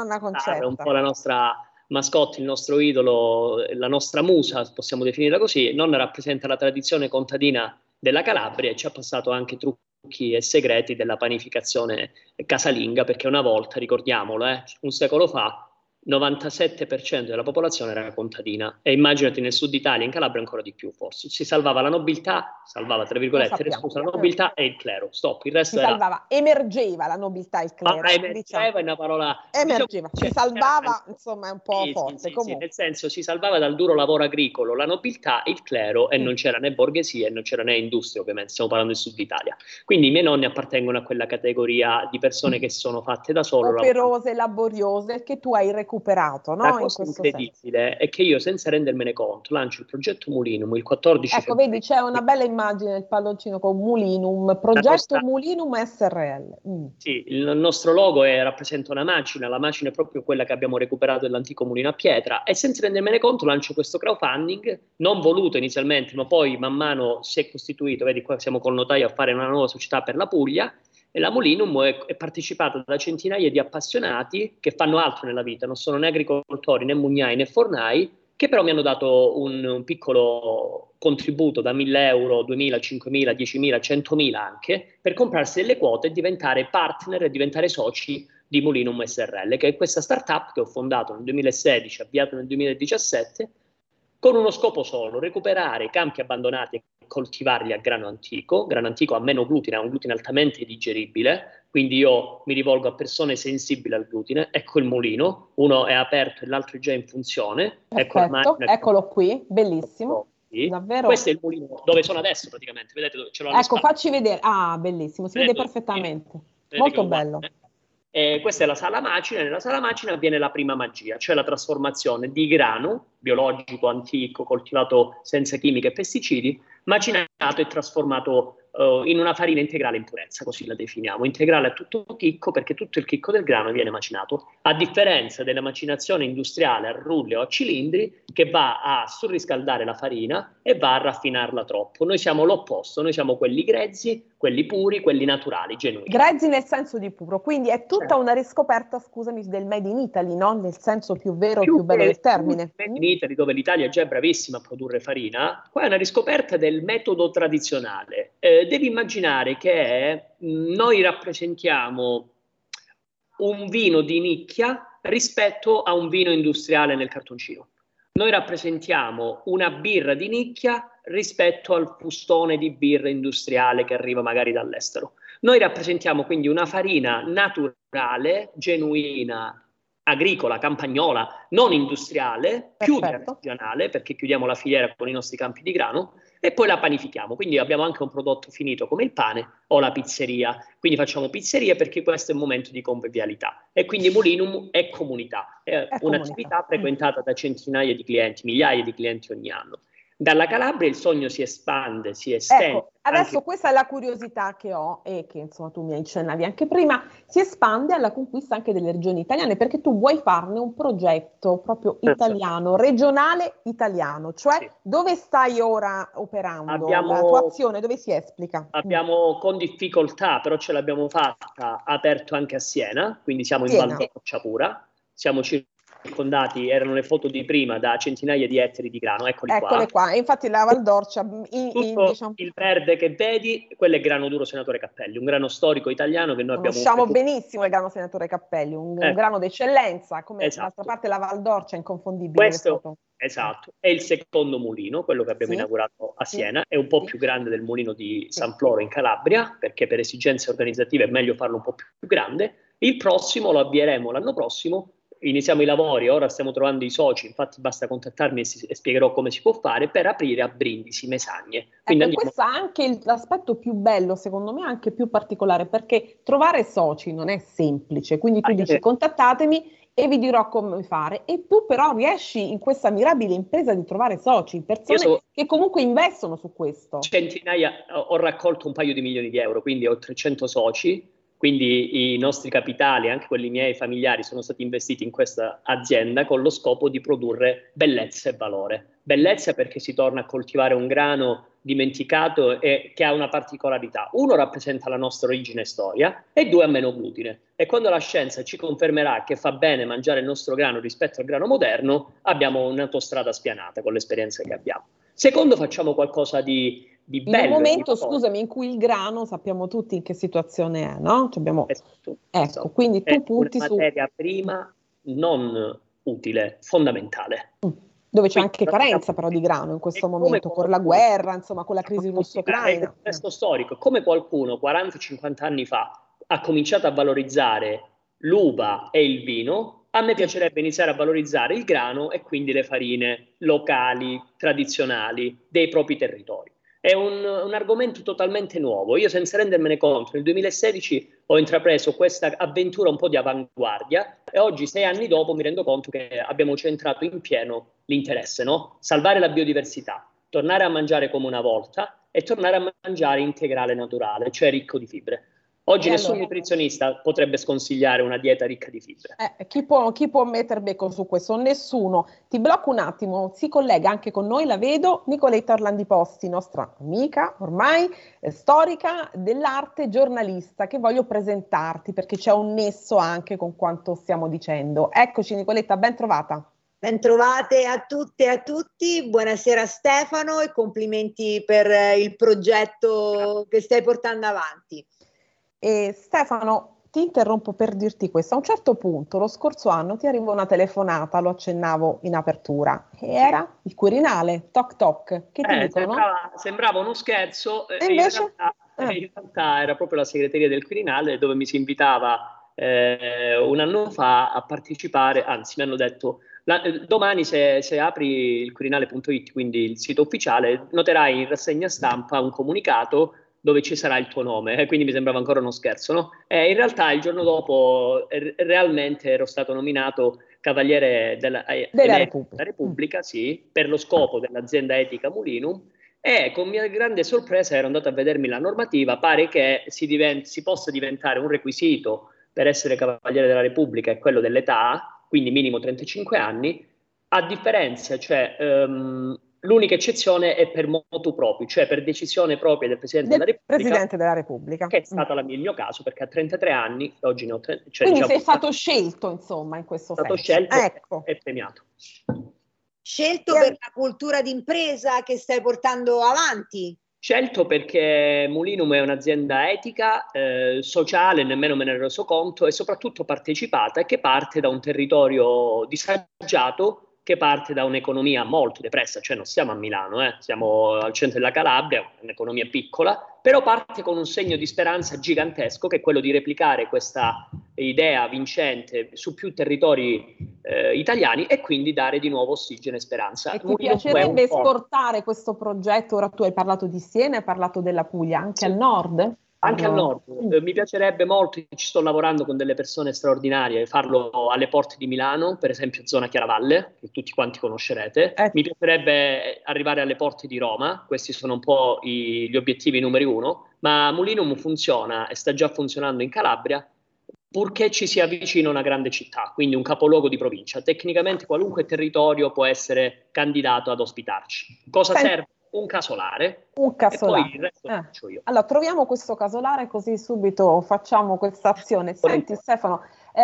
Speaker 12: è un po' la nostra mascotte, il nostro idolo, la nostra musa, possiamo definirla così. Nonna rappresenta la tradizione contadina della Calabria e ci ha passato anche trucchi e segreti della panificazione casalinga, perché una volta, ricordiamolo, un secolo fa, 97% della popolazione era contadina e immaginati nel sud Italia, in Calabria ancora di più forse. Si salvava la nobiltà, salvava tra virgolette, la nobiltà e il clero, stop, il resto era...
Speaker 3: salvava, emergeva la nobiltà e il clero.
Speaker 12: Emergeva è una parola...
Speaker 3: Emergeva, si salvava, insomma è un po' forte.
Speaker 12: Sì, nel senso si salvava dal duro lavoro agricolo la nobiltà, il clero e non c'era né borghesia e non c'era né industria, ovviamente, stiamo parlando del sud Italia. Quindi i miei nonni appartengono a quella categoria di persone che sono fatte da solo.
Speaker 3: Operose, laboriose, che tu hai recuperato recuperato, no?
Speaker 12: La
Speaker 3: In
Speaker 12: cosa
Speaker 3: questo
Speaker 12: incredibile è che io, senza rendermene conto, lancio il progetto Mulinum il 14
Speaker 3: Ecco,
Speaker 12: febbraio.
Speaker 3: vedi, c'è una bella immagine del palloncino con Mulinum, progetto Mulinum SRL.
Speaker 12: Sì, il nostro logo rappresenta una macina, la macina è proprio quella che abbiamo recuperato dell'antico mulino a pietra, e senza rendermene conto lancio questo crowdfunding, non voluto inizialmente, ma poi man mano si è costituito, vedi qua siamo col notaio a fare una nuova società per la Puglia, e la Mulinum è partecipata da centinaia di appassionati che fanno altro nella vita, non sono né agricoltori, né mugnai, né fornai, che però mi hanno dato un piccolo contributo da 1.000 euro, 2.000, 5.000, 10.000, 100.000 anche, per comprarsi delle quote e diventare partner e diventare soci di Mulinum SRL, che è questa startup che ho fondato nel 2016, avviato nel 2017, con uno scopo solo: recuperare campi abbandonati e coltivarli a grano antico a meno glutine, a un glutine altamente digeribile, quindi io mi rivolgo a persone sensibili al glutine. Ecco il mulino, uno è aperto e l'altro è già in funzione.
Speaker 3: Perfetto, eccolo qui, bellissimo.
Speaker 12: Sì.
Speaker 3: Davvero.
Speaker 12: Questo è il mulino dove sono adesso praticamente, vedete dove ce l'ho alle
Speaker 3: Ecco,
Speaker 12: spalle.
Speaker 3: facci vedere, bellissimo, si vede perfettamente, molto bello.
Speaker 12: Questa è la sala macina, nella sala macina avviene la prima magia, cioè la trasformazione di grano biologico, antico, coltivato senza chimiche e pesticidi, macinato e trasformato in una farina integrale in purezza, così la definiamo, integrale a tutto chicco, perché tutto il chicco del grano viene macinato, a differenza della macinazione industriale a rulli o a cilindri, che va a surriscaldare la farina e va a raffinarla troppo. Noi siamo l'opposto, noi siamo quelli grezzi, quelli puri, quelli naturali, genuini.
Speaker 3: Grezzi nel senso di puro, quindi è tutta una riscoperta, scusami, del Made in Italy, no? Nel senso più vero e più bello del termine.
Speaker 12: Made in Italy, dove l'Italia già è bravissima a produrre farina, qua è una riscoperta del metodo tradizionale. Devi immaginare che noi rappresentiamo un vino di nicchia rispetto a un vino industriale nel cartoncino. Noi rappresentiamo una birra di nicchia rispetto al fustone di birra industriale che arriva magari dall'estero. Noi rappresentiamo quindi una farina naturale, genuina, agricola, campagnola, non industriale, più artigianale, perché chiudiamo la filiera con i nostri campi di grano, e poi la panifichiamo. Quindi abbiamo anche un prodotto finito come il pane o la pizzeria. Quindi facciamo pizzeria perché questo è un momento di convivialità. E quindi Mulinum è comunità, è un'attività frequentata da centinaia di clienti, migliaia di clienti ogni anno. Dalla Calabria il sogno si espande, si estende.
Speaker 3: Ecco, adesso questa è la curiosità che ho e che insomma tu mi accennavi anche prima, si espande alla conquista anche delle regioni italiane, perché tu vuoi farne un progetto proprio italiano, regionale italiano, cioè dove stai ora operando? La tua azione dove si esplica?
Speaker 12: Abbiamo con difficoltà, però ce l'abbiamo fatta, aperto anche a Siena, quindi siamo in Val d'Orcia pura, siamo circondati, erano le foto di prima, da centinaia di ettari di grano,
Speaker 3: eccole qua. Infatti la Val d'Orcia
Speaker 12: diciamo, il verde che vedi, quello è grano duro Senatore Cappelli, un grano storico italiano che noi
Speaker 3: conosciamo benissimo il grano Senatore Cappelli, un grano d'eccellenza, come d'altra parte la Val d'Orcia è inconfondibile.
Speaker 12: Questo è il secondo mulino, quello che abbiamo inaugurato a Siena, è un po' più grande del mulino di San Floro in Calabria, perché per esigenze organizzative è meglio farlo un po' più grande. Il prossimo lo avvieremo l'anno prossimo. Iniziamo i lavori, ora stiamo trovando i soci, infatti basta contattarmi e spiegherò come si può fare, per aprire a Brindisi, Mesagne. Quindi
Speaker 3: questo è anche l'aspetto più bello, secondo me anche più particolare, perché trovare soci non è semplice, quindi tu dici contattatemi e vi dirò come fare, e tu però riesci in questa mirabile impresa di trovare soci, persone che comunque investono su questo.
Speaker 12: Centinaia, ho raccolto un paio di milioni di euro, quindi ho 300 soci. Quindi i nostri capitali, anche quelli miei familiari, sono stati investiti in questa azienda con lo scopo di produrre bellezza e valore. Bellezza perché si torna a coltivare un grano dimenticato e che ha una particolarità. Uno, rappresenta la nostra origine e storia, e due, ha meno glutine. E quando la scienza ci confermerà che fa bene mangiare il nostro grano rispetto al grano moderno, abbiamo un'autostrada spianata con l'esperienza che abbiamo. Secondo, facciamo qualcosa di bello.
Speaker 3: In un momento, scusami, in cui il grano sappiamo tutti in che situazione è, no? Ecco, quindi tu punti su...
Speaker 12: una materia prima non utile, fondamentale.
Speaker 3: Dove c'è anche carenza però di grano in questo momento, con la guerra, insomma, con la crisi russo-ucraina.
Speaker 12: Questo storico, come qualcuno 40-50 anni fa ha cominciato a valorizzare l'uva e il vino, a me piacerebbe iniziare a valorizzare il grano e quindi le farine locali, tradizionali, dei propri territori. È un argomento totalmente nuovo. Io, senza rendermene conto, nel 2016 ho intrapreso questa avventura un po' di avanguardia e oggi, 6 anni dopo, mi rendo conto che abbiamo centrato in pieno l'interesse, no? Salvare la biodiversità, tornare a mangiare come una volta e tornare a mangiare integrale naturale, cioè ricco di fibre. Oggi nessun nutrizionista potrebbe sconsigliare una dieta ricca di fibre.
Speaker 3: Chi può mettere becco su questo? Nessuno. Ti blocco un attimo, si collega anche con noi, la vedo, Nicoletta Orlandi Posti, nostra amica ormai, storica dell'arte, giornalista, che voglio presentarti perché c'è un nesso anche con quanto stiamo dicendo. Eccoci Nicoletta, ben trovata.
Speaker 13: Bentrovate a tutte e a tutti, buonasera Stefano e complimenti per il progetto che stai portando avanti.
Speaker 3: E Stefano, ti interrompo per dirti questo. A un certo punto, lo scorso anno, ti arriva una telefonata, lo accennavo in apertura, e era il Quirinale, toc toc, che ti dicono?
Speaker 12: Sembrava uno scherzo,
Speaker 3: e invece?
Speaker 12: In realtà era proprio la segreteria del Quirinale dove mi si invitava un anno fa a partecipare, anzi mi hanno detto domani se apri il Quirinale.it, quindi il sito ufficiale, noterai in rassegna stampa un comunicato dove ci sarà il tuo nome, quindi mi sembrava ancora uno scherzo, no? In realtà il giorno dopo realmente ero stato nominato Cavaliere della Repubblica, sì, per lo scopo dell'azienda etica Mulinum, e con mia grande sorpresa ero andato a vedermi la normativa. Pare che si possa diventare un requisito per essere Cavaliere della Repubblica è quello dell'età, quindi minimo 35 anni, a differenza, cioè l'unica eccezione è per motu proprio, cioè per decisione propria del Presidente
Speaker 3: della Repubblica,
Speaker 12: che è stata il mio caso, perché a 33 anni, oggi ne ho 30, cioè,
Speaker 3: quindi
Speaker 12: diciamo,
Speaker 3: sei stato scelto, insomma, in questo senso.
Speaker 12: Scelto e premiato.
Speaker 13: Scelto per la cultura d'impresa che stai portando avanti?
Speaker 12: Scelto perché Mulinum è un'azienda etica, sociale, nemmeno me ne ero reso conto, e soprattutto partecipata, e che parte da un territorio disagiato, che parte da un'economia molto depressa, cioè non siamo a Milano, siamo al centro della Calabria, un'economia piccola, però parte con un segno di speranza gigantesco, che è quello di replicare questa idea vincente su più territori italiani e quindi dare di nuovo ossigeno e speranza.
Speaker 3: E ti piacerebbe esportare questo progetto? Ora tu hai parlato di Siena, hai parlato della Puglia, anche al nord?
Speaker 12: Anche al nord, mi piacerebbe molto, ci sto lavorando con delle persone straordinarie, farlo alle porte di Milano, per esempio zona Chiaravalle, che tutti quanti conoscerete. Mi piacerebbe arrivare alle porte di Roma, questi sono un po' gli obiettivi numeri 1, ma Mulinum funziona e sta già funzionando in Calabria, purché ci sia vicino una grande città, quindi un capoluogo di provincia. Tecnicamente qualunque territorio può essere candidato ad ospitarci. Cosa serve? Un casolare.
Speaker 3: Un casolare.
Speaker 12: E poi il resto faccio io.
Speaker 3: Allora, troviamo questo casolare così subito facciamo questa azione. Senti Stefano,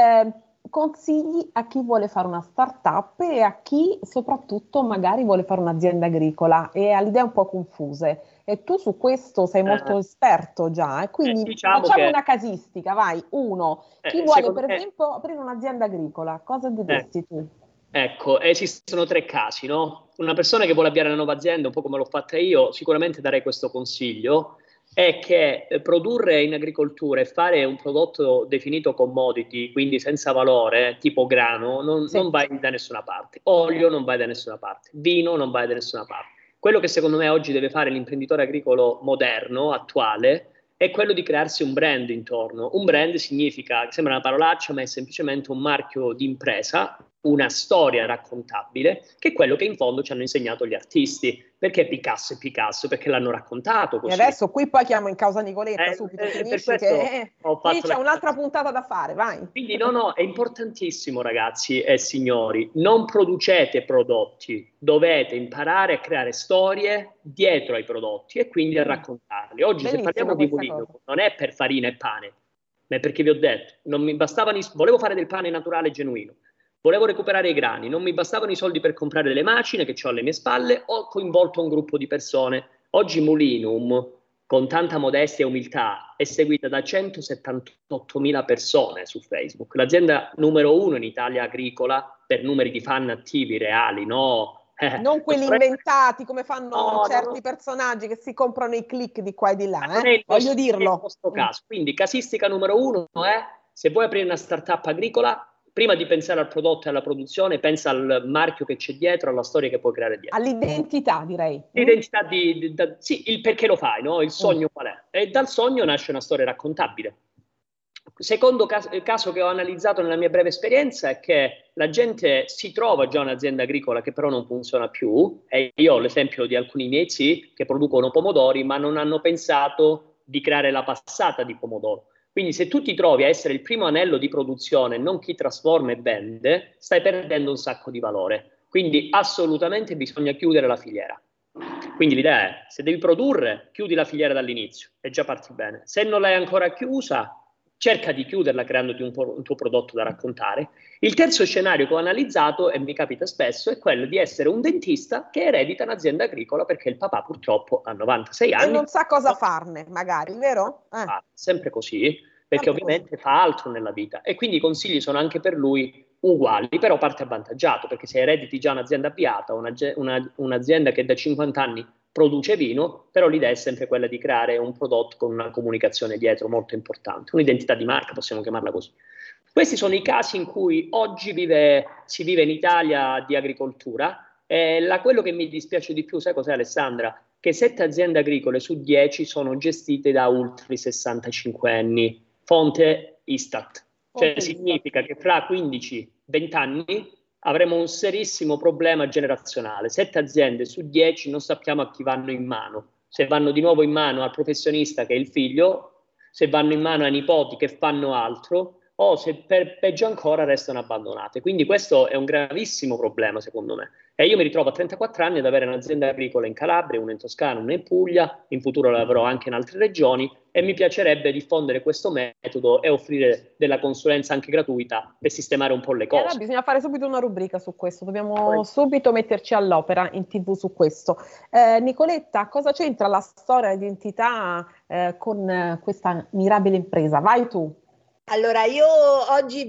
Speaker 3: consigli a chi vuole fare una startup e a chi soprattutto magari vuole fare un'azienda agricola e ha le idee un po' confuse. E tu su questo sei molto esperto già, quindi
Speaker 12: diciamo
Speaker 3: facciamo una casistica, vai. Uno, chi vuole per
Speaker 12: me...
Speaker 3: esempio aprire un'azienda agricola, cosa diresti tu?
Speaker 12: Ecco, esistono 3 casi, no? Una persona che vuole avviare una nuova azienda, un po' come l'ho fatta io, sicuramente darei questo consiglio, è che produrre in agricoltura e fare un prodotto definito commodity, quindi senza valore, tipo grano, non vai da nessuna parte. Olio non vai da nessuna parte, vino non vai da nessuna parte. Quello che secondo me oggi deve fare l'imprenditore agricolo moderno, attuale, è quello di crearsi un brand intorno. Un brand significa, sembra una parolaccia, ma è semplicemente un marchio di impresa, una storia raccontabile, che è quello che in fondo ci hanno insegnato gli artisti. Perché Picasso è Picasso? Perché l'hanno raccontato così.
Speaker 3: E adesso qui poi chiamo in causa Nicoletta subito, finisce che qui c'è un'altra puntata da fare, vai.
Speaker 12: Quindi no, è importantissimo ragazzi e signori, non producete prodotti, dovete imparare a creare storie dietro ai prodotti e quindi a raccontarli. Oggi se parliamo di Mulinum non è per farina e pane, ma è perché vi ho detto, non mi bastavano volevo fare del pane naturale e genuino. Volevo recuperare i grani, non mi bastavano i soldi per comprare delle macine che ho alle mie spalle, ho coinvolto un gruppo di persone. Oggi Mulinum, con tanta modestia e umiltà, è seguita da 178.000 persone su Facebook. L'azienda numero 1 in Italia agricola per numeri di fan attivi reali, no?
Speaker 3: Non quelli inventati come fanno certi personaggi che si comprano i click di qua e di là, voglio dirlo.
Speaker 12: In questo caso. Quindi casistica numero 1 è, se vuoi aprire una startup agricola, Prima di pensare al prodotto e alla produzione, pensa al marchio che c'è dietro, alla storia che puoi creare dietro.
Speaker 3: All'identità, direi.
Speaker 12: L'identità sì, il perché lo fai, no? Il sogno qual è? E dal sogno nasce una storia raccontabile. Secondo caso che ho analizzato nella mia breve esperienza è che la gente si trova già un'azienda agricola che però non funziona più, e io ho l'esempio di alcuni miei zii che producono pomodori ma non hanno pensato di creare la passata di pomodoro. Quindi se tu ti trovi a essere il primo anello di produzione, non chi trasforma e vende, stai perdendo un sacco di valore. Quindi assolutamente bisogna chiudere la filiera. Quindi l'idea è, se devi produrre, chiudi la filiera dall'inizio e già parti bene. Se non l'hai ancora chiusa, cerca di chiuderla creandoti un tuo prodotto da raccontare. Il terzo scenario che ho analizzato, e mi capita spesso, è quello di essere un dentista che eredita un'azienda agricola perché il papà purtroppo ha 96 anni.
Speaker 3: E non sa cosa farne, magari, vero?
Speaker 12: Sempre così, perché ovviamente fa altro nella vita. E quindi i consigli sono anche per lui uguali, però parte avvantaggiato, perché se erediti già un'azienda avviata, un'azienda che da 50 anni produce vino, però l'idea è sempre quella di creare un prodotto con una comunicazione dietro molto importante, un'identità di marca, possiamo chiamarla così. Questi sono i casi in cui oggi si vive in Italia di agricoltura. Quello che mi dispiace di più, sai cos'è, Alessandra? Che 7 aziende agricole su 10 sono gestite da ultri 65 anni, fonte Istat. Cioè significa che fra 15-20 anni avremo un serissimo problema generazionale. 7 aziende su 10 non sappiamo a chi vanno in mano. Se vanno di nuovo in mano al professionista che è il figlio, se vanno in mano ai nipoti che fanno altro, o se peggio ancora restano abbandonate. Quindi questo è un gravissimo problema secondo me. E io mi ritrovo a 34 anni ad avere un'azienda agricola in Calabria, una in Toscana, una in Puglia, in futuro la avrò anche in altre regioni e mi piacerebbe diffondere questo metodo e offrire della consulenza anche gratuita per sistemare un po' le cose.
Speaker 3: Allora bisogna fare subito una rubrica su questo, dobbiamo subito metterci all'opera in TV su questo. Nicoletta, cosa c'entra la storia e l'identità con questa mirabile impresa? Vai tu.
Speaker 13: Allora, io oggi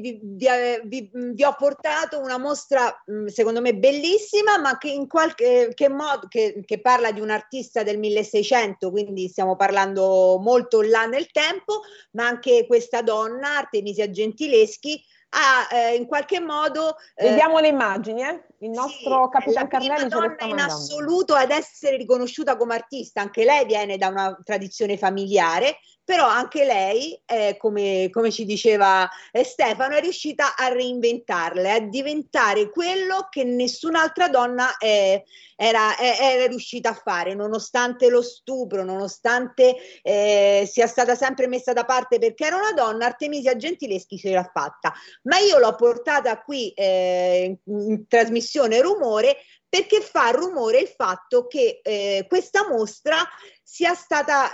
Speaker 13: vi ho portato una mostra secondo me bellissima, ma che in qualche modo che parla di un artista del 1600, quindi stiamo parlando molto là nel tempo, ma anche questa donna, Artemisia Gentileschi, ha in qualche modo...
Speaker 3: Vediamo le immagini, il nostro Capitan Carnelli ce le sta
Speaker 13: in
Speaker 3: mandando.
Speaker 13: assoluto ad essere riconosciuta come artista. Anche lei viene da una tradizione familiare, però anche lei, come ci diceva Stefano, è riuscita a reinventarle, a diventare quello che nessun'altra donna era riuscita a fare, nonostante lo stupro, nonostante sia stata sempre messa da parte perché era una donna. Artemisia Gentileschi ce l'ha fatta. Ma io l'ho portata qui in trasmissione Rumore perché fa rumore il fatto che questa mostra sia stata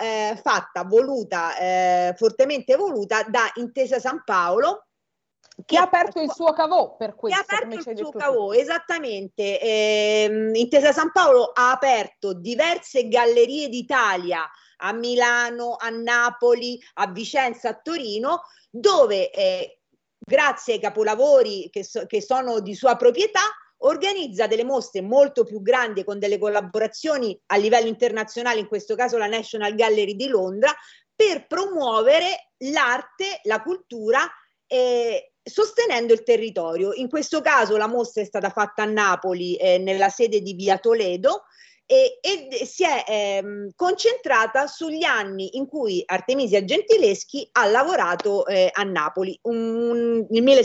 Speaker 13: fortemente voluta da Intesa San Paolo,
Speaker 3: che ha aperto il suo cavò per questo.
Speaker 13: Che ha aperto il suo cavò, esattamente. Intesa San Paolo ha aperto diverse gallerie d'Italia a Milano, a Napoli, a Vicenza, a Torino, dove grazie ai capolavori che sono di sua proprietà, organizza delle mostre molto più grandi con delle collaborazioni a livello internazionale, in questo caso la National Gallery di Londra, per promuovere l'arte, la cultura, sostenendo il territorio. In questo caso la mostra è stata fatta a Napoli, nella sede di Via Toledo, e si è concentrata sugli anni in cui Artemisia Gentileschi ha lavorato a Napoli, il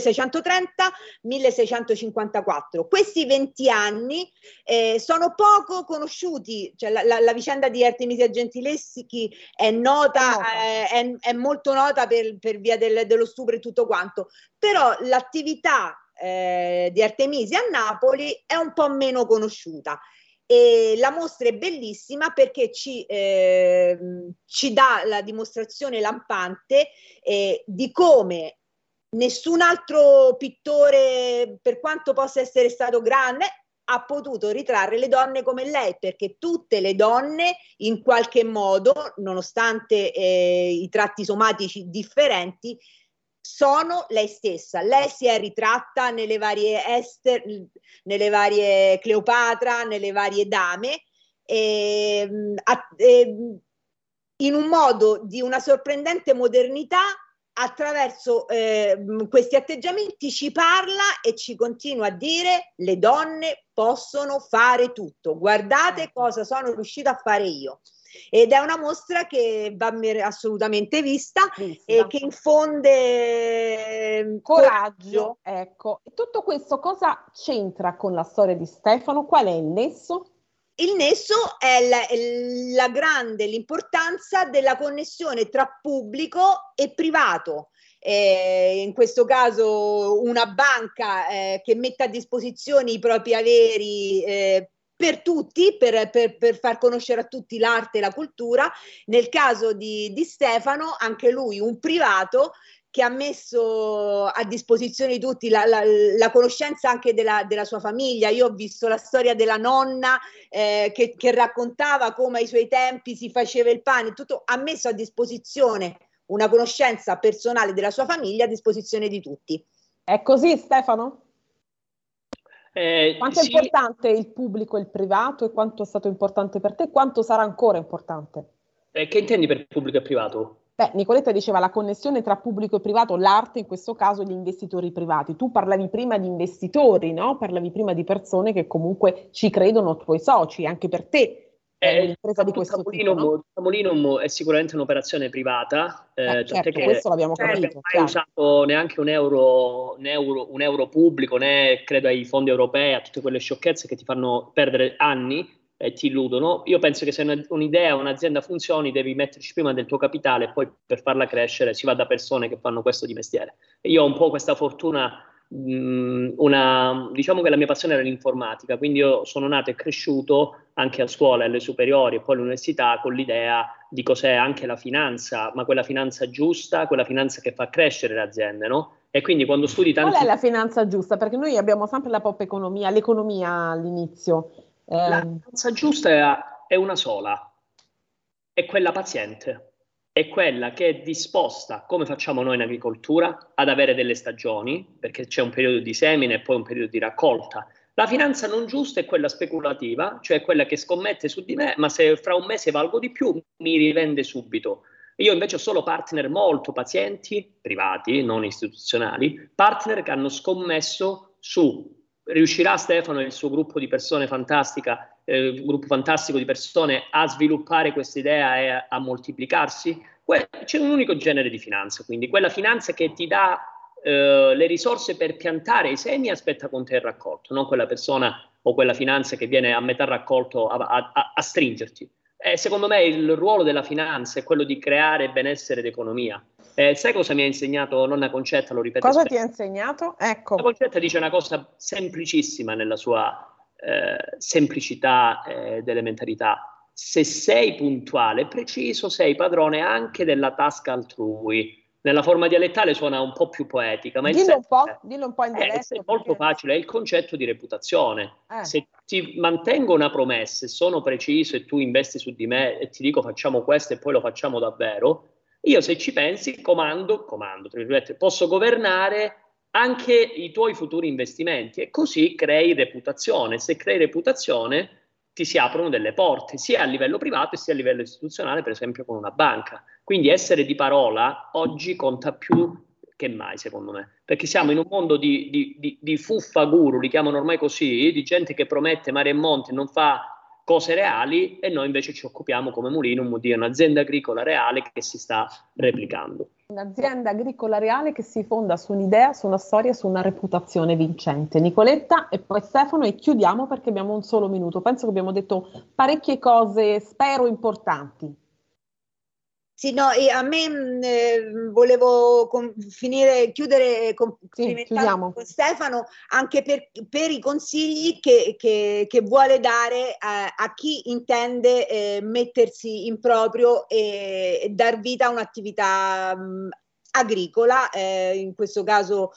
Speaker 13: 1630-1654. Questi 20 anni sono poco conosciuti, cioè la vicenda di Artemisia Gentileschi è nota, è molto nota per via dello stupro e tutto quanto, però l'attività di Artemisia a Napoli è un po' meno conosciuta. E la mostra è bellissima perché ci dà la dimostrazione lampante di come nessun altro pittore, per quanto possa essere stato grande, ha potuto ritrarre le donne come lei, perché tutte le donne in qualche modo, nonostante i tratti somatici differenti, sono lei stessa. Lei si è ritratta nelle varie Ester, nelle varie Cleopatra, nelle varie dame, in un modo di una sorprendente modernità attraverso questi atteggiamenti ci parla e ci continua a dire: le donne possono fare tutto, guardate cosa sono riuscita a fare io. Ed è una mostra che va assolutamente vista e che infonde coraggio.
Speaker 3: Ecco, e tutto questo cosa c'entra con la storia di Stefano? Qual è il nesso?
Speaker 13: Il nesso è l'importanza della connessione tra pubblico e privato. In questo caso una banca che mette a disposizione i propri averi per tutti, per far conoscere a tutti l'arte e la cultura. Nel caso di Stefano, anche lui un privato che ha messo a disposizione di tutti la conoscenza anche della sua famiglia. Io ho visto la storia della nonna che raccontava come ai suoi tempi si faceva il pane, tutto, ha messo a disposizione una conoscenza personale della sua famiglia a disposizione di tutti.
Speaker 3: È così, Stefano? Quanto è
Speaker 12: sì.
Speaker 3: importante il pubblico e il privato, e quanto è stato importante per te, e quanto sarà ancora importante?
Speaker 12: Che intendi per pubblico e privato?
Speaker 3: Beh, Nicoletta diceva la connessione tra pubblico e privato, l'arte in questo caso gli investitori privati. Tu parlavi prima di investitori, no? Parlavi prima di persone che comunque ci credono, tuoi soci, anche per te. Un'impresa di questo tipo, no?
Speaker 12: Tamolinum è sicuramente un'operazione privata,
Speaker 3: certo, che questo l'abbiamo capito.
Speaker 12: Non hai usato neanche un euro pubblico, né credo ai fondi europei, a tutte quelle sciocchezze che ti fanno perdere anni e ti illudono. Io penso che se un'idea, un'azienda funzioni, devi metterci prima del tuo capitale e poi per farla crescere si va da persone che fanno questo di mestiere. Io ho un po' questa fortuna. Diciamo che la mia passione era l'informatica, quindi io sono nato e cresciuto anche a scuola, alle superiori e poi all'università con l'idea di cos'è anche la finanza, ma quella finanza giusta, quella finanza che fa crescere le aziende, no? E quindi quando studi tanti...
Speaker 3: Qual è la finanza giusta? Perché noi abbiamo sempre la pop economia, l'economia all'inizio.
Speaker 12: La finanza giusta è una sola, è quella paziente. È quella che è disposta, come facciamo noi in agricoltura, ad avere delle stagioni, perché c'è un periodo di semine e poi un periodo di raccolta. La finanza non giusta è quella speculativa, cioè quella che scommette su di me, ma se fra un mese valgo di più, mi rivende subito. Io invece ho solo partner molto pazienti, privati, non istituzionali, partner che hanno scommesso su riuscirà Stefano e il suo gruppo di persone fantastica, gruppo fantastico di persone a sviluppare questa idea e a moltiplicarsi? C'è un unico genere di finanza, quindi quella finanza che ti dà le risorse per piantare i semi e aspetta con te il raccolto, non quella persona o quella finanza che viene a metà raccolto a stringerti. Secondo me il ruolo della finanza è quello di creare benessere ed economia. Sai cosa mi ha insegnato nonna Concetta? Lo ripeto
Speaker 3: Cosa
Speaker 12: spesso.
Speaker 3: ti ha insegnato? Ecco.
Speaker 12: La Concetta dice una cosa semplicissima nella sua semplicità ed elementarità. Se sei puntuale e preciso, sei padrone anche della tasca altrui. Nella forma dialettale suona un po' più poetica, ma
Speaker 3: dillo un po' in dialetto.
Speaker 12: È molto facile, è il concetto di reputazione. Se ti mantengo una promessa e sono preciso e tu investi su di me e ti dico facciamo questo e poi lo facciamo davvero, io se ci pensi comando, tra virgolette, posso governare anche i tuoi futuri investimenti e così crei reputazione. Se crei reputazione ti si aprono delle porte, sia a livello privato sia a livello istituzionale, per esempio con una banca. Quindi essere di parola oggi conta più che mai, secondo me, perché siamo in un mondo di fuffa guru, li chiamano ormai così, di gente che promette mare e monte e non fa cose reali, e noi invece ci occupiamo come Mulinum di un'azienda agricola reale che si sta replicando.
Speaker 3: Un'azienda agricola reale che si fonda su un'idea, su una storia, su una reputazione vincente. Nicoletta e poi Stefano, e chiudiamo perché abbiamo un solo minuto. Penso che abbiamo detto parecchie cose, spero importanti.
Speaker 13: Sì, no, e a me volevo chiudere complimentando con Stefano anche per i consigli che vuole dare a chi intende mettersi in proprio e dar vita a un'attività agricola, in questo caso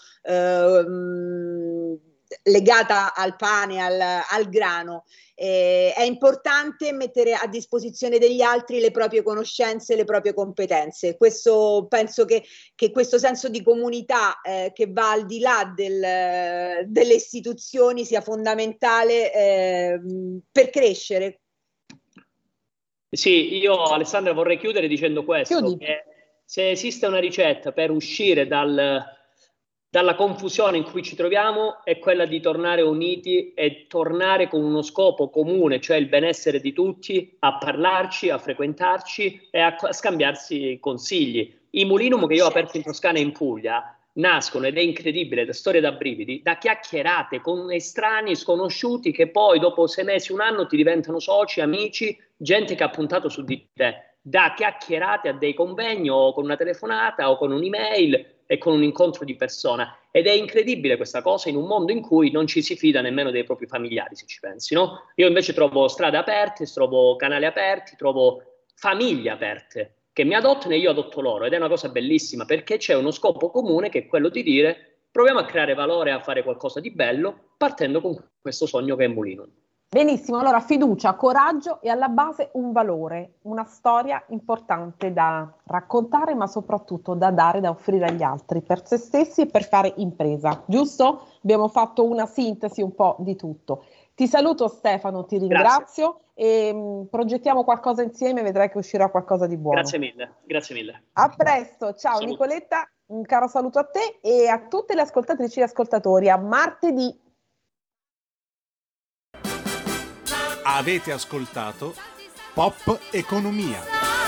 Speaker 13: legata al pane, al grano. È importante mettere a disposizione degli altri le proprie conoscenze, le proprie competenze. Questo penso che questo senso di comunità che va al di là delle istituzioni sia fondamentale per crescere.
Speaker 12: Sì, io Alessandra vorrei chiudere dicendo questo, che Se esiste una ricetta per uscire dalla confusione in cui ci troviamo, è quella di tornare uniti e tornare con uno scopo comune, cioè il benessere di tutti, a parlarci, a frequentarci e a scambiarsi consigli. I Mulinum che io ho aperto in Toscana e in Puglia nascono, ed è incredibile, da storie da brividi, da chiacchierate con estranei sconosciuti che poi dopo 6 mesi, 1 anno ti diventano soci, amici, gente che ha puntato su di te, da chiacchierate a dei convegni o con una telefonata o con un'email e con un incontro di persona. Ed è incredibile questa cosa in un mondo in cui non ci si fida nemmeno dei propri familiari, se ci pensi, no? Io invece trovo strade aperte, trovo canali aperti, trovo famiglie aperte che mi adottano e io adotto loro, ed è una cosa bellissima perché c'è uno scopo comune che è quello di dire proviamo a creare valore, a fare qualcosa di bello partendo con questo sogno che è Mulinum.
Speaker 3: Benissimo, allora fiducia, coraggio e alla base un valore, una storia importante da raccontare ma soprattutto da dare, da offrire agli altri, per se stessi e per fare impresa, giusto? Abbiamo fatto una sintesi un po' di tutto. Ti saluto Stefano, ti ringrazio. Grazie. E progettiamo qualcosa insieme, vedrai che uscirà qualcosa di buono.
Speaker 12: Grazie mille, grazie mille.
Speaker 3: A presto, ciao saluto. Nicoletta, un caro saluto a te e a tutte le ascoltatrici e ascoltatori, a martedì.
Speaker 1: Avete ascoltato Pop Economia.